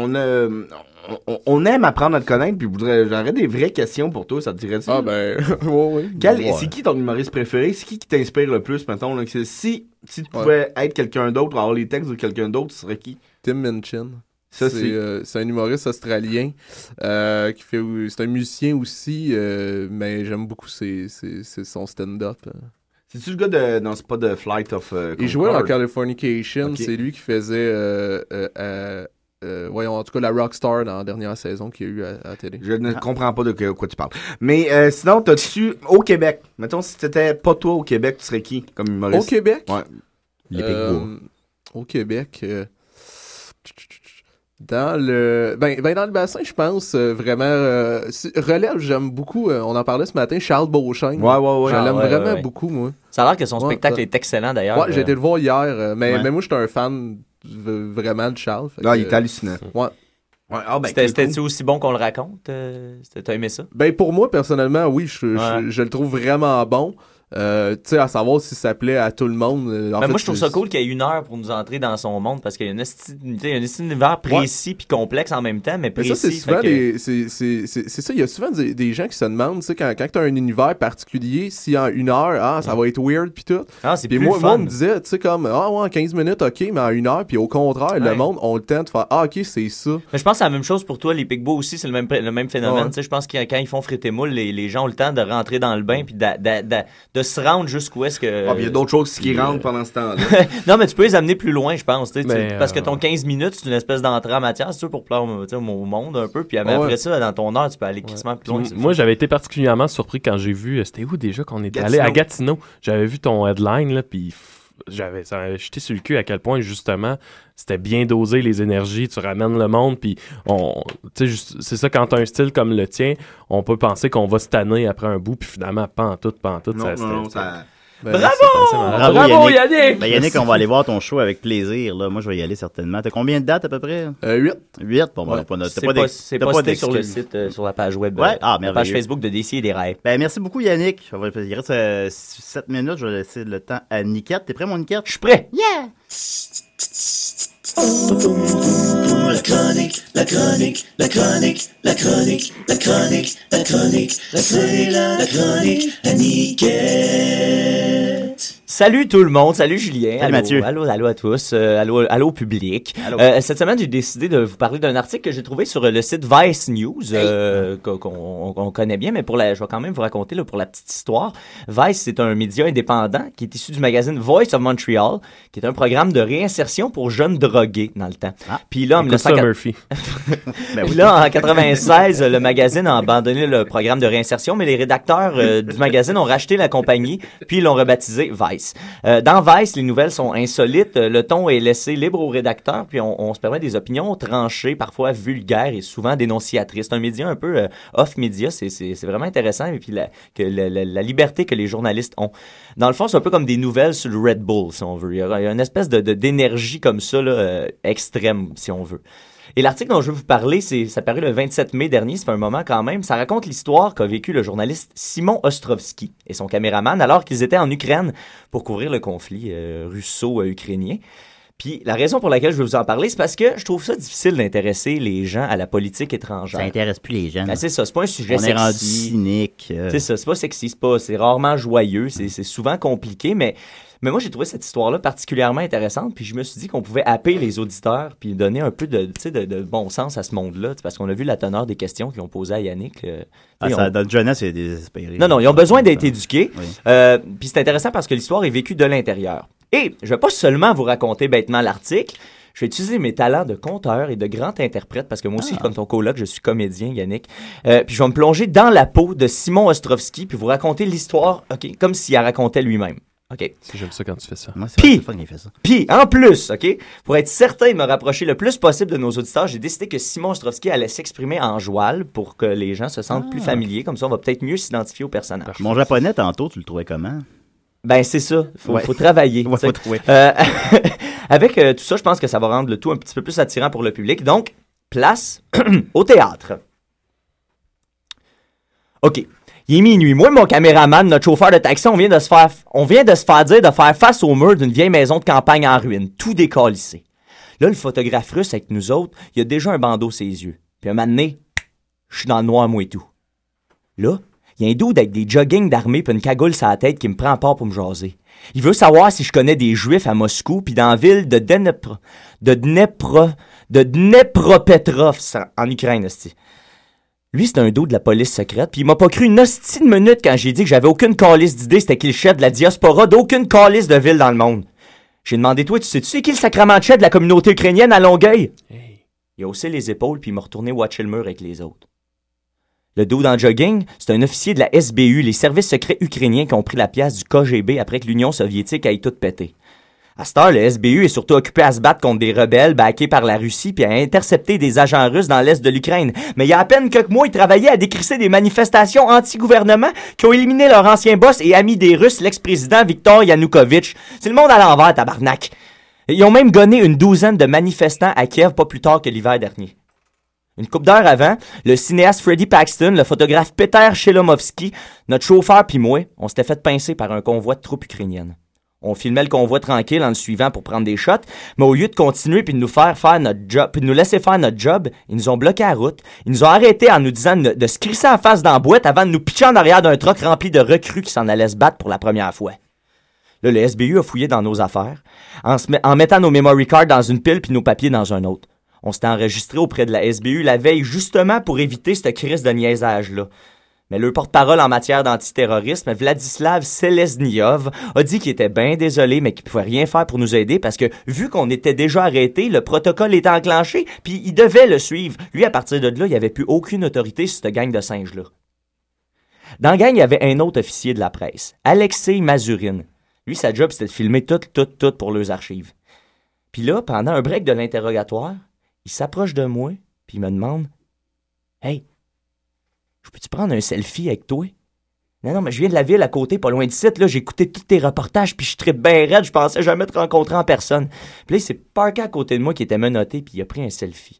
Speaker 9: on aime apprendre à te connaître, puis j'aurais des vraies questions pour toi, ça te dirait ça?
Speaker 8: Ah ben, oui.
Speaker 9: C'est qui ton humoriste préféré? C'est qui t'inspire le plus, mettons? Là? Si tu pouvais être quelqu'un d'autre, ou avoir les textes de quelqu'un d'autre, ce serait qui?
Speaker 8: Tim Minchin.
Speaker 9: Ça,
Speaker 8: c'est un humoriste australien qui fait... C'est un musicien aussi, mais j'aime beaucoup son stand-up.
Speaker 9: C'est-tu le gars de... Non, c'est pas de Flight of...
Speaker 8: Il jouait dans Californication.
Speaker 9: Okay.
Speaker 8: C'est lui qui faisait... en tout cas, la Rockstar dans la dernière saison qu'il y a eu à la télé.
Speaker 9: Je ne comprends pas de quoi tu parles. Mais sinon, t'as-tu... Au Québec, mettons, si t'étais pas toi au Québec, tu serais qui comme humoriste?
Speaker 8: Au Québec?
Speaker 9: Ouais.
Speaker 8: Au Québec... Dans le dans le bassin, je pense vraiment relève, j'aime beaucoup, on en parlait ce matin, Charles Beauchesne.
Speaker 9: Ouais.
Speaker 8: Je l'aime vraiment beaucoup, moi.
Speaker 11: Ça a l'air que son spectacle est excellent d'ailleurs.
Speaker 8: Ouais, j'ai été le voir hier, mais moi j'étais un fan vraiment de Charles.
Speaker 9: Il est hallucinant.
Speaker 8: Ouais.
Speaker 11: C'était-tu aussi bon qu'on le raconte? T'as aimé ça?
Speaker 8: Pour moi, personnellement, oui, je le trouve vraiment bon. Tu sais, à savoir si ça plaît à tout le monde.
Speaker 11: Moi, je trouve ça cool qu'il y ait 1 heure pour nous entrer dans son monde parce qu'il y a un univers précis puis complexe en même temps, mais précis.
Speaker 8: Mais ça, c'est souvent c'est ça, il y a souvent des gens qui se demandent, tu sais, quand tu as un univers particulier, si en 1 heure, ça va être weird puis tout.
Speaker 11: C'est
Speaker 8: puis
Speaker 11: plus
Speaker 8: moi,
Speaker 11: fun.
Speaker 8: on me disait, tu sais, comme, en 15 minutes, ok, mais en 1 heure, puis au contraire, le monde ont le temps de faire, ok, c'est ça.
Speaker 11: Mais je pense que c'est la même chose pour toi, les Picbois aussi, c'est le même phénomène. Tu sais, je pense que quand ils font frites et moules, les gens ont le temps de rentrer dans le bain puis de se rendre jusqu'où est-ce que...
Speaker 9: il y a d'autres choses qui rentrent pendant ce temps-là.
Speaker 11: Non, mais tu peux les amener plus loin, je pense. Parce que ton 15 minutes, c'est une espèce d'entrée en matière, c'est sûr, pour plaire au monde un peu. Puis après ça, dans ton heure, tu peux aller crissement plus loin.
Speaker 10: Moi, j'avais été particulièrement surpris quand j'ai vu... C'était où déjà qu'on était allé? À Gatineau. J'avais vu ton headline, là, puis... ça m'a jeté sur le cul à quel point, justement, c'était bien dosé, les énergies, tu ramènes le monde, puis c'est ça, quand t'as un style comme le tien, on peut penser qu'on va se tanner après un bout, puis finalement, pas en tout.
Speaker 6: Bravo Yannick! Yannick, on va aller voir ton show avec plaisir. Là. Moi, je vais y aller certainement. T'as combien de dates à peu près?
Speaker 8: 8.
Speaker 6: 8? Bon,
Speaker 11: c'est posté sur le site, sur la page web, la page Facebook de DC et des rêves.
Speaker 6: Merci beaucoup Yannick. Il reste 7 minutes, je vais laisser le temps à Niquette. T'es prêt mon Niquette?
Speaker 11: Je suis prêt!
Speaker 6: Yeah!
Speaker 14: La chronique, la chronique, la chronique, la chronique, la chronique, la chronique, c'est la chronique à Niquette.
Speaker 11: Salut tout le monde, salut Julien.
Speaker 6: Salut Mathieu.
Speaker 11: Allô à tous, allô public. Cette semaine, j'ai décidé de vous parler d'un article que j'ai trouvé sur le site Vice News, qu'on connaît bien, mais je vais quand même vous raconter pour la petite histoire. Vice, c'est un média indépendant qui est issu du magazine Voice of Montreal, qui est un programme de réinsertion pour jeunes drogués dans le temps. Puis là, en 96, le magazine a abandonné le programme de réinsertion, mais les rédacteurs du magazine ont racheté la compagnie, puis ils l'ont rebaptisé Vice. Dans Vice, les nouvelles sont insolites, le ton est laissé libre aux rédacteurs, puis on se permet des opinions tranchées, parfois vulgaires et souvent dénonciatrices. C'est un média un peu off-média, c'est vraiment intéressant, et puis la liberté que les journalistes ont. Dans le fond, c'est un peu comme des nouvelles sur le Red Bull, si on veut. Il y a une espèce d'énergie comme ça, là, extrême, si on veut. Et l'article dont je veux vous parler, ça paru le 27 mai dernier, ça fait un moment quand même. Ça raconte l'histoire qu'a vécu le journaliste Simon Ostrovsky et son caméraman alors qu'ils étaient en Ukraine pour couvrir le conflit russo-ukrainien. Puis la raison pour laquelle je veux vous en parler, c'est parce que je trouve ça difficile d'intéresser les gens à la politique étrangère.
Speaker 6: Ça intéresse plus les gens.
Speaker 11: C'est ça, c'est pas un sujet sexy.
Speaker 6: On est rendu cynique.
Speaker 11: C'est ça, c'est pas sexy, c'est rarement joyeux, c'est souvent compliqué, mais moi, j'ai trouvé cette histoire-là particulièrement intéressante, puis je me suis dit qu'on pouvait happer les auditeurs puis donner un peu de bon sens à ce monde-là, parce qu'on a vu la teneur des questions qu'ils ont posées à Yannick.
Speaker 6: Dans le jeunesse, c'est désespéré.
Speaker 11: Non, ils ont besoin d'être éduqués. Oui. Puis c'est intéressant parce que l'histoire est vécue de l'intérieur. Et je vais pas seulement vous raconter bêtement l'article, je vais utiliser mes talents de conteur et de grand interprète, parce que moi aussi, comme ton coloc, je suis comédien, Yannick. Puis je vais me plonger dans la peau de Simon Ostrovsky puis vous raconter l'histoire, comme s'il la racontait lui-même. OK.
Speaker 10: J'aime ça quand tu fais ça.
Speaker 11: Puis, en plus, OK, pour être certain de me rapprocher le plus possible de nos auditeurs, j'ai décidé que Simon Ostrovsky allait s'exprimer en joual pour que les gens se sentent plus familiers. Comme ça, on va peut-être mieux s'identifier au personnage.
Speaker 6: Mon japonais, tantôt, tu le trouvais comment?
Speaker 11: Ben, c'est ça. Faut travailler.
Speaker 6: Faut trouver.
Speaker 11: Avec tout ça, je pense que ça va rendre le tout un petit peu plus attirant pour le public. Donc, place au théâtre. OK. Il est minuit. Moi, mon caméraman, notre chauffeur de taxi, on vient de se faire dire de faire face au mur d'une vieille maison de campagne en ruine, tout décalissé. Là, le photographe russe avec nous autres, il a déjà un bandeau sur les yeux. Puis un moment donné, je suis dans le noir, moi et tout. Là, il y a un dude avec des joggings d'armée puis une cagoule sur la tête qui me prend à part pour me jaser. Il veut savoir si je connais des Juifs à Moscou puis dans la ville de Dnepropetrovsk en Ukraine, hostie. Lui, c'est un dos de la police secrète, puis il m'a pas cru une hostie de minute quand j'ai dit que j'avais aucune calice d'idée c'était qui le chef de la diaspora d'aucune calice de ville dans le monde. J'ai demandé, toi, tu sais qui le sacrament de chef de la communauté ukrainienne à Longueuil? Hey. Il a haussé les épaules, puis il m'a retourné watcher le mur avec les autres. Le dos dans le jogging, c'est un officier de la SBU, les services secrets ukrainiens qui ont pris la place du KGB après que l'Union soviétique ait tout pété. À cette heure, le SBU est surtout occupé à se battre contre des rebelles backés par la Russie puis à intercepter des agents russes dans l'est de l'Ukraine. Mais il y a à peine quelques mois, ils travaillaient à décrisser des manifestations anti-gouvernement qui ont éliminé leur ancien boss et ami des Russes, l'ex-président Viktor Yanukovych. C'est le monde à l'envers, tabarnak. Ils ont même gonné une douzaine de manifestants à Kiev pas plus tard que l'hiver dernier. Une couple d'heures avant, le cinéaste Freddie Paxton, le photographe Peter Shelomovski, notre chauffeur puis moi, on s'était fait pincer par un convoi de troupes ukrainiennes. On filmait le convoi tranquille en le suivant pour prendre des shots, mais au lieu de continuer puis de nous faire notre job, puis de nous laisser faire notre job, ils nous ont bloqué la route. Ils nous ont arrêtés en nous disant de se crisser en face dans la boîte avant de nous pitcher en arrière d'un truck rempli de recrues qui s'en allaient se battre pour la première fois. Là, le SBU a fouillé dans nos affaires en mettant nos memory cards dans une pile puis nos papiers dans un autre. On s'était enregistré auprès de la SBU la veille justement pour éviter cette crise de niaisage-là. Mais le porte-parole en matière d'antiterrorisme, Vladislav Selesnyov, a dit qu'il était bien désolé, mais qu'il pouvait rien faire pour nous aider parce que, vu qu'on était déjà arrêtés, le protocole était enclenché, puis il devait le suivre. Lui, à partir de là, il n'y avait plus aucune autorité sur cette gang de singes-là. Dans la gang, il y avait un autre officier de la presse, Alexei Mazurin. Lui, sa job, c'était de filmer tout pour leurs archives. Puis là, pendant un break de l'interrogatoire, il s'approche de moi, puis il me demande « Hey, je peux-tu prendre un selfie avec toi? » Non, mais je viens de la ville à côté, pas loin d'ici, là, j'ai écouté tous tes reportages, puis je trippe bien raide, je pensais jamais te rencontrer en personne. Puis là, il s'est parké à côté de moi qui était menotté, puis il a pris un selfie.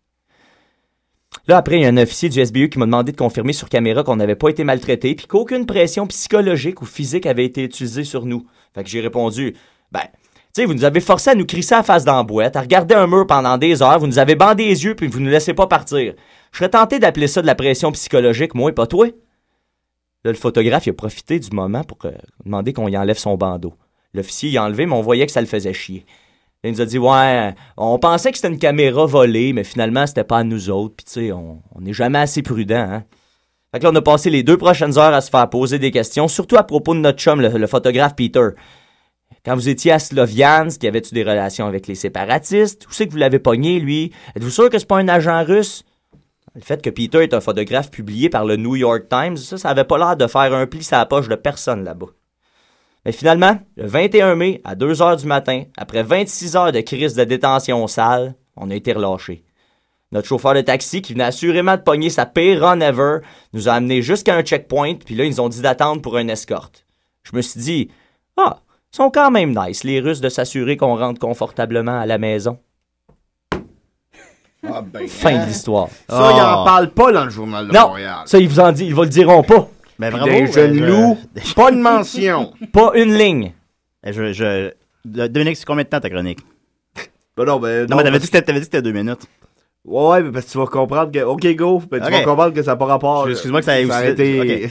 Speaker 11: Là, après, il y a un officier du SBU qui m'a demandé de confirmer sur caméra qu'on n'avait pas été maltraité, puis qu'aucune pression psychologique ou physique avait été utilisée sur nous. Fait que j'ai répondu « Ben... » Tu sais, vous nous avez forcé à nous crisser la face dans la boîte, à regarder un mur pendant des heures, vous nous avez bandé les yeux puis vous nous laissez pas partir. Je serais tenté d'appeler ça de la pression psychologique, moi, pas toi. Là, le photographe, il a profité du moment pour demander qu'on y enlève son bandeau. L'officier, il a enlevé, mais on voyait que ça le faisait chier. Là, il nous a dit, ouais, on pensait que c'était une caméra volée, mais finalement, c'était pas à nous autres. Puis tu sais, on n'est jamais assez prudent, hein. Fait que là, on a passé les 2 prochaines heures à se faire poser des questions, surtout à propos de notre chum, le photographe Peter. Quand vous étiez à Sloviansk, y avait-tu des relations avec les séparatistes? Où c'est que vous l'avez pogné, lui? Êtes-vous sûr que c'est pas un agent russe? Le fait que Peter est un photographe publié par le New York Times, ça avait pas l'air de faire un pli sur la poche de personne là-bas. Mais finalement, le 21 mai, à 2 heures du matin, après 26 heures de crise de détention sale, on a été relâchés. Notre chauffeur de taxi, qui venait assurément de pogner sa pire run ever, nous a amenés jusqu'à un checkpoint, puis là, ils nous ont dit d'attendre pour une escorte. Je me suis dit, ils sont quand même nice, les Russes, de s'assurer qu'on rentre confortablement à la maison. Fin de l'histoire.
Speaker 9: Ça, ils en parlent pas dans le journal de Montréal.
Speaker 11: Ça, ils vous le diront pas.
Speaker 6: Mais bravo.
Speaker 9: Des jeunes loups, pas de mention.
Speaker 11: Pas une ligne.
Speaker 6: Dominique, c'est combien de temps ta chronique?
Speaker 9: Non,
Speaker 6: mais t'avais dit que c'était 2 minutes.
Speaker 9: Ouais, mais parce que tu vas comprendre que... OK, go. Tu vas comprendre que ça n'a pas rapport.
Speaker 6: Excuse-moi que ça ait aussi...
Speaker 9: été...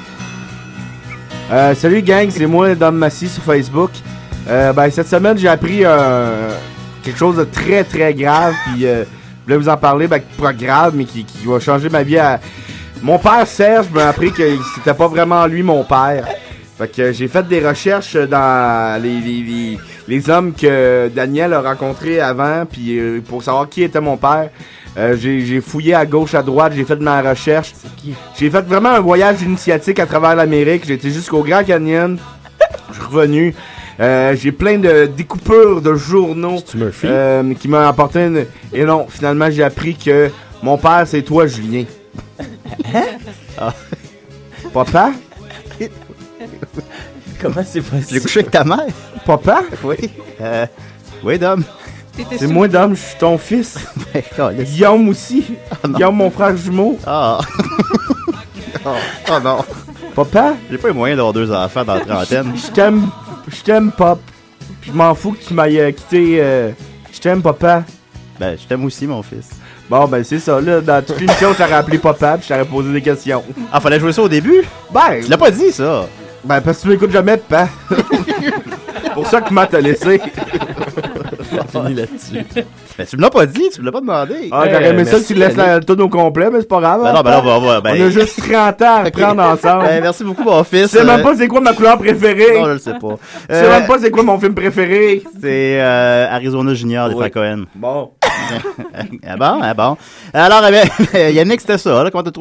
Speaker 9: Salut gang, c'est moi, Dom Massy sur Facebook. Cette semaine, j'ai appris quelque chose de très très grave. Puis je voulais vous en parler, pas grave, mais qui va changer ma vie. Mon père Serge m'a appris que c'était pas vraiment lui mon père. Fait que j'ai fait des recherches dans les hommes que Daniel a rencontrés avant, puis pour savoir qui était mon père. J'ai fouillé à gauche, à droite, j'ai fait de ma recherche. J'ai fait vraiment un voyage initiatique à travers l'Amérique. J'ai été jusqu'au Grand Canyon. Je suis revenu. J'ai plein de découpures de journaux qui m'ont apporté une... Et non, finalement, j'ai appris que mon père, c'est toi, Julien. Papa?
Speaker 11: Comment c'est possible?
Speaker 6: J'ai couché avec ta mère.
Speaker 9: Papa?
Speaker 6: Oui. Oui, Dom.
Speaker 9: C'est moi, Dom, je suis ton fils. Guillaume aussi. Guillaume, mon frère jumeau.
Speaker 6: Oh non.
Speaker 9: Papa?
Speaker 6: J'ai pas eu moyen d'avoir 2 enfants dans la trentaine.
Speaker 9: Je t'aime, Pop. Je m'en fous que tu m'ailles quitté. Je t'aime, Papa.
Speaker 6: Je t'aime aussi, mon fils.
Speaker 9: Bon, c'est ça, là. Dans toute l'émission, je t'aurais appelé Papa, puis je t'aurais posé des questions.
Speaker 6: Ah, fallait jouer ça au début? Tu l'as pas dit, ça.
Speaker 9: Parce que tu m'écoutes jamais, Papa. Pour ça que Matt t'a laissé.
Speaker 10: Fini là-dessus.
Speaker 6: Mais tu me l'as pas dit, tu me l'as pas demandé.
Speaker 9: J'aurais aimé ça que tu laisses le tonneau au complet, mais c'est pas grave.
Speaker 6: On
Speaker 9: a juste 30 ans à reprendre ensemble.
Speaker 6: Merci beaucoup, mon fils.
Speaker 9: Tu sais même pas c'est quoi ma couleur préférée.
Speaker 6: Non, je le sais pas.
Speaker 9: Tu sais même pas c'est quoi mon film préféré.
Speaker 6: C'est Arizona Junior des frères Cohen.
Speaker 9: Bon.
Speaker 6: Bon. Alors, Yannick, c'était ça. Comment t'as trouvé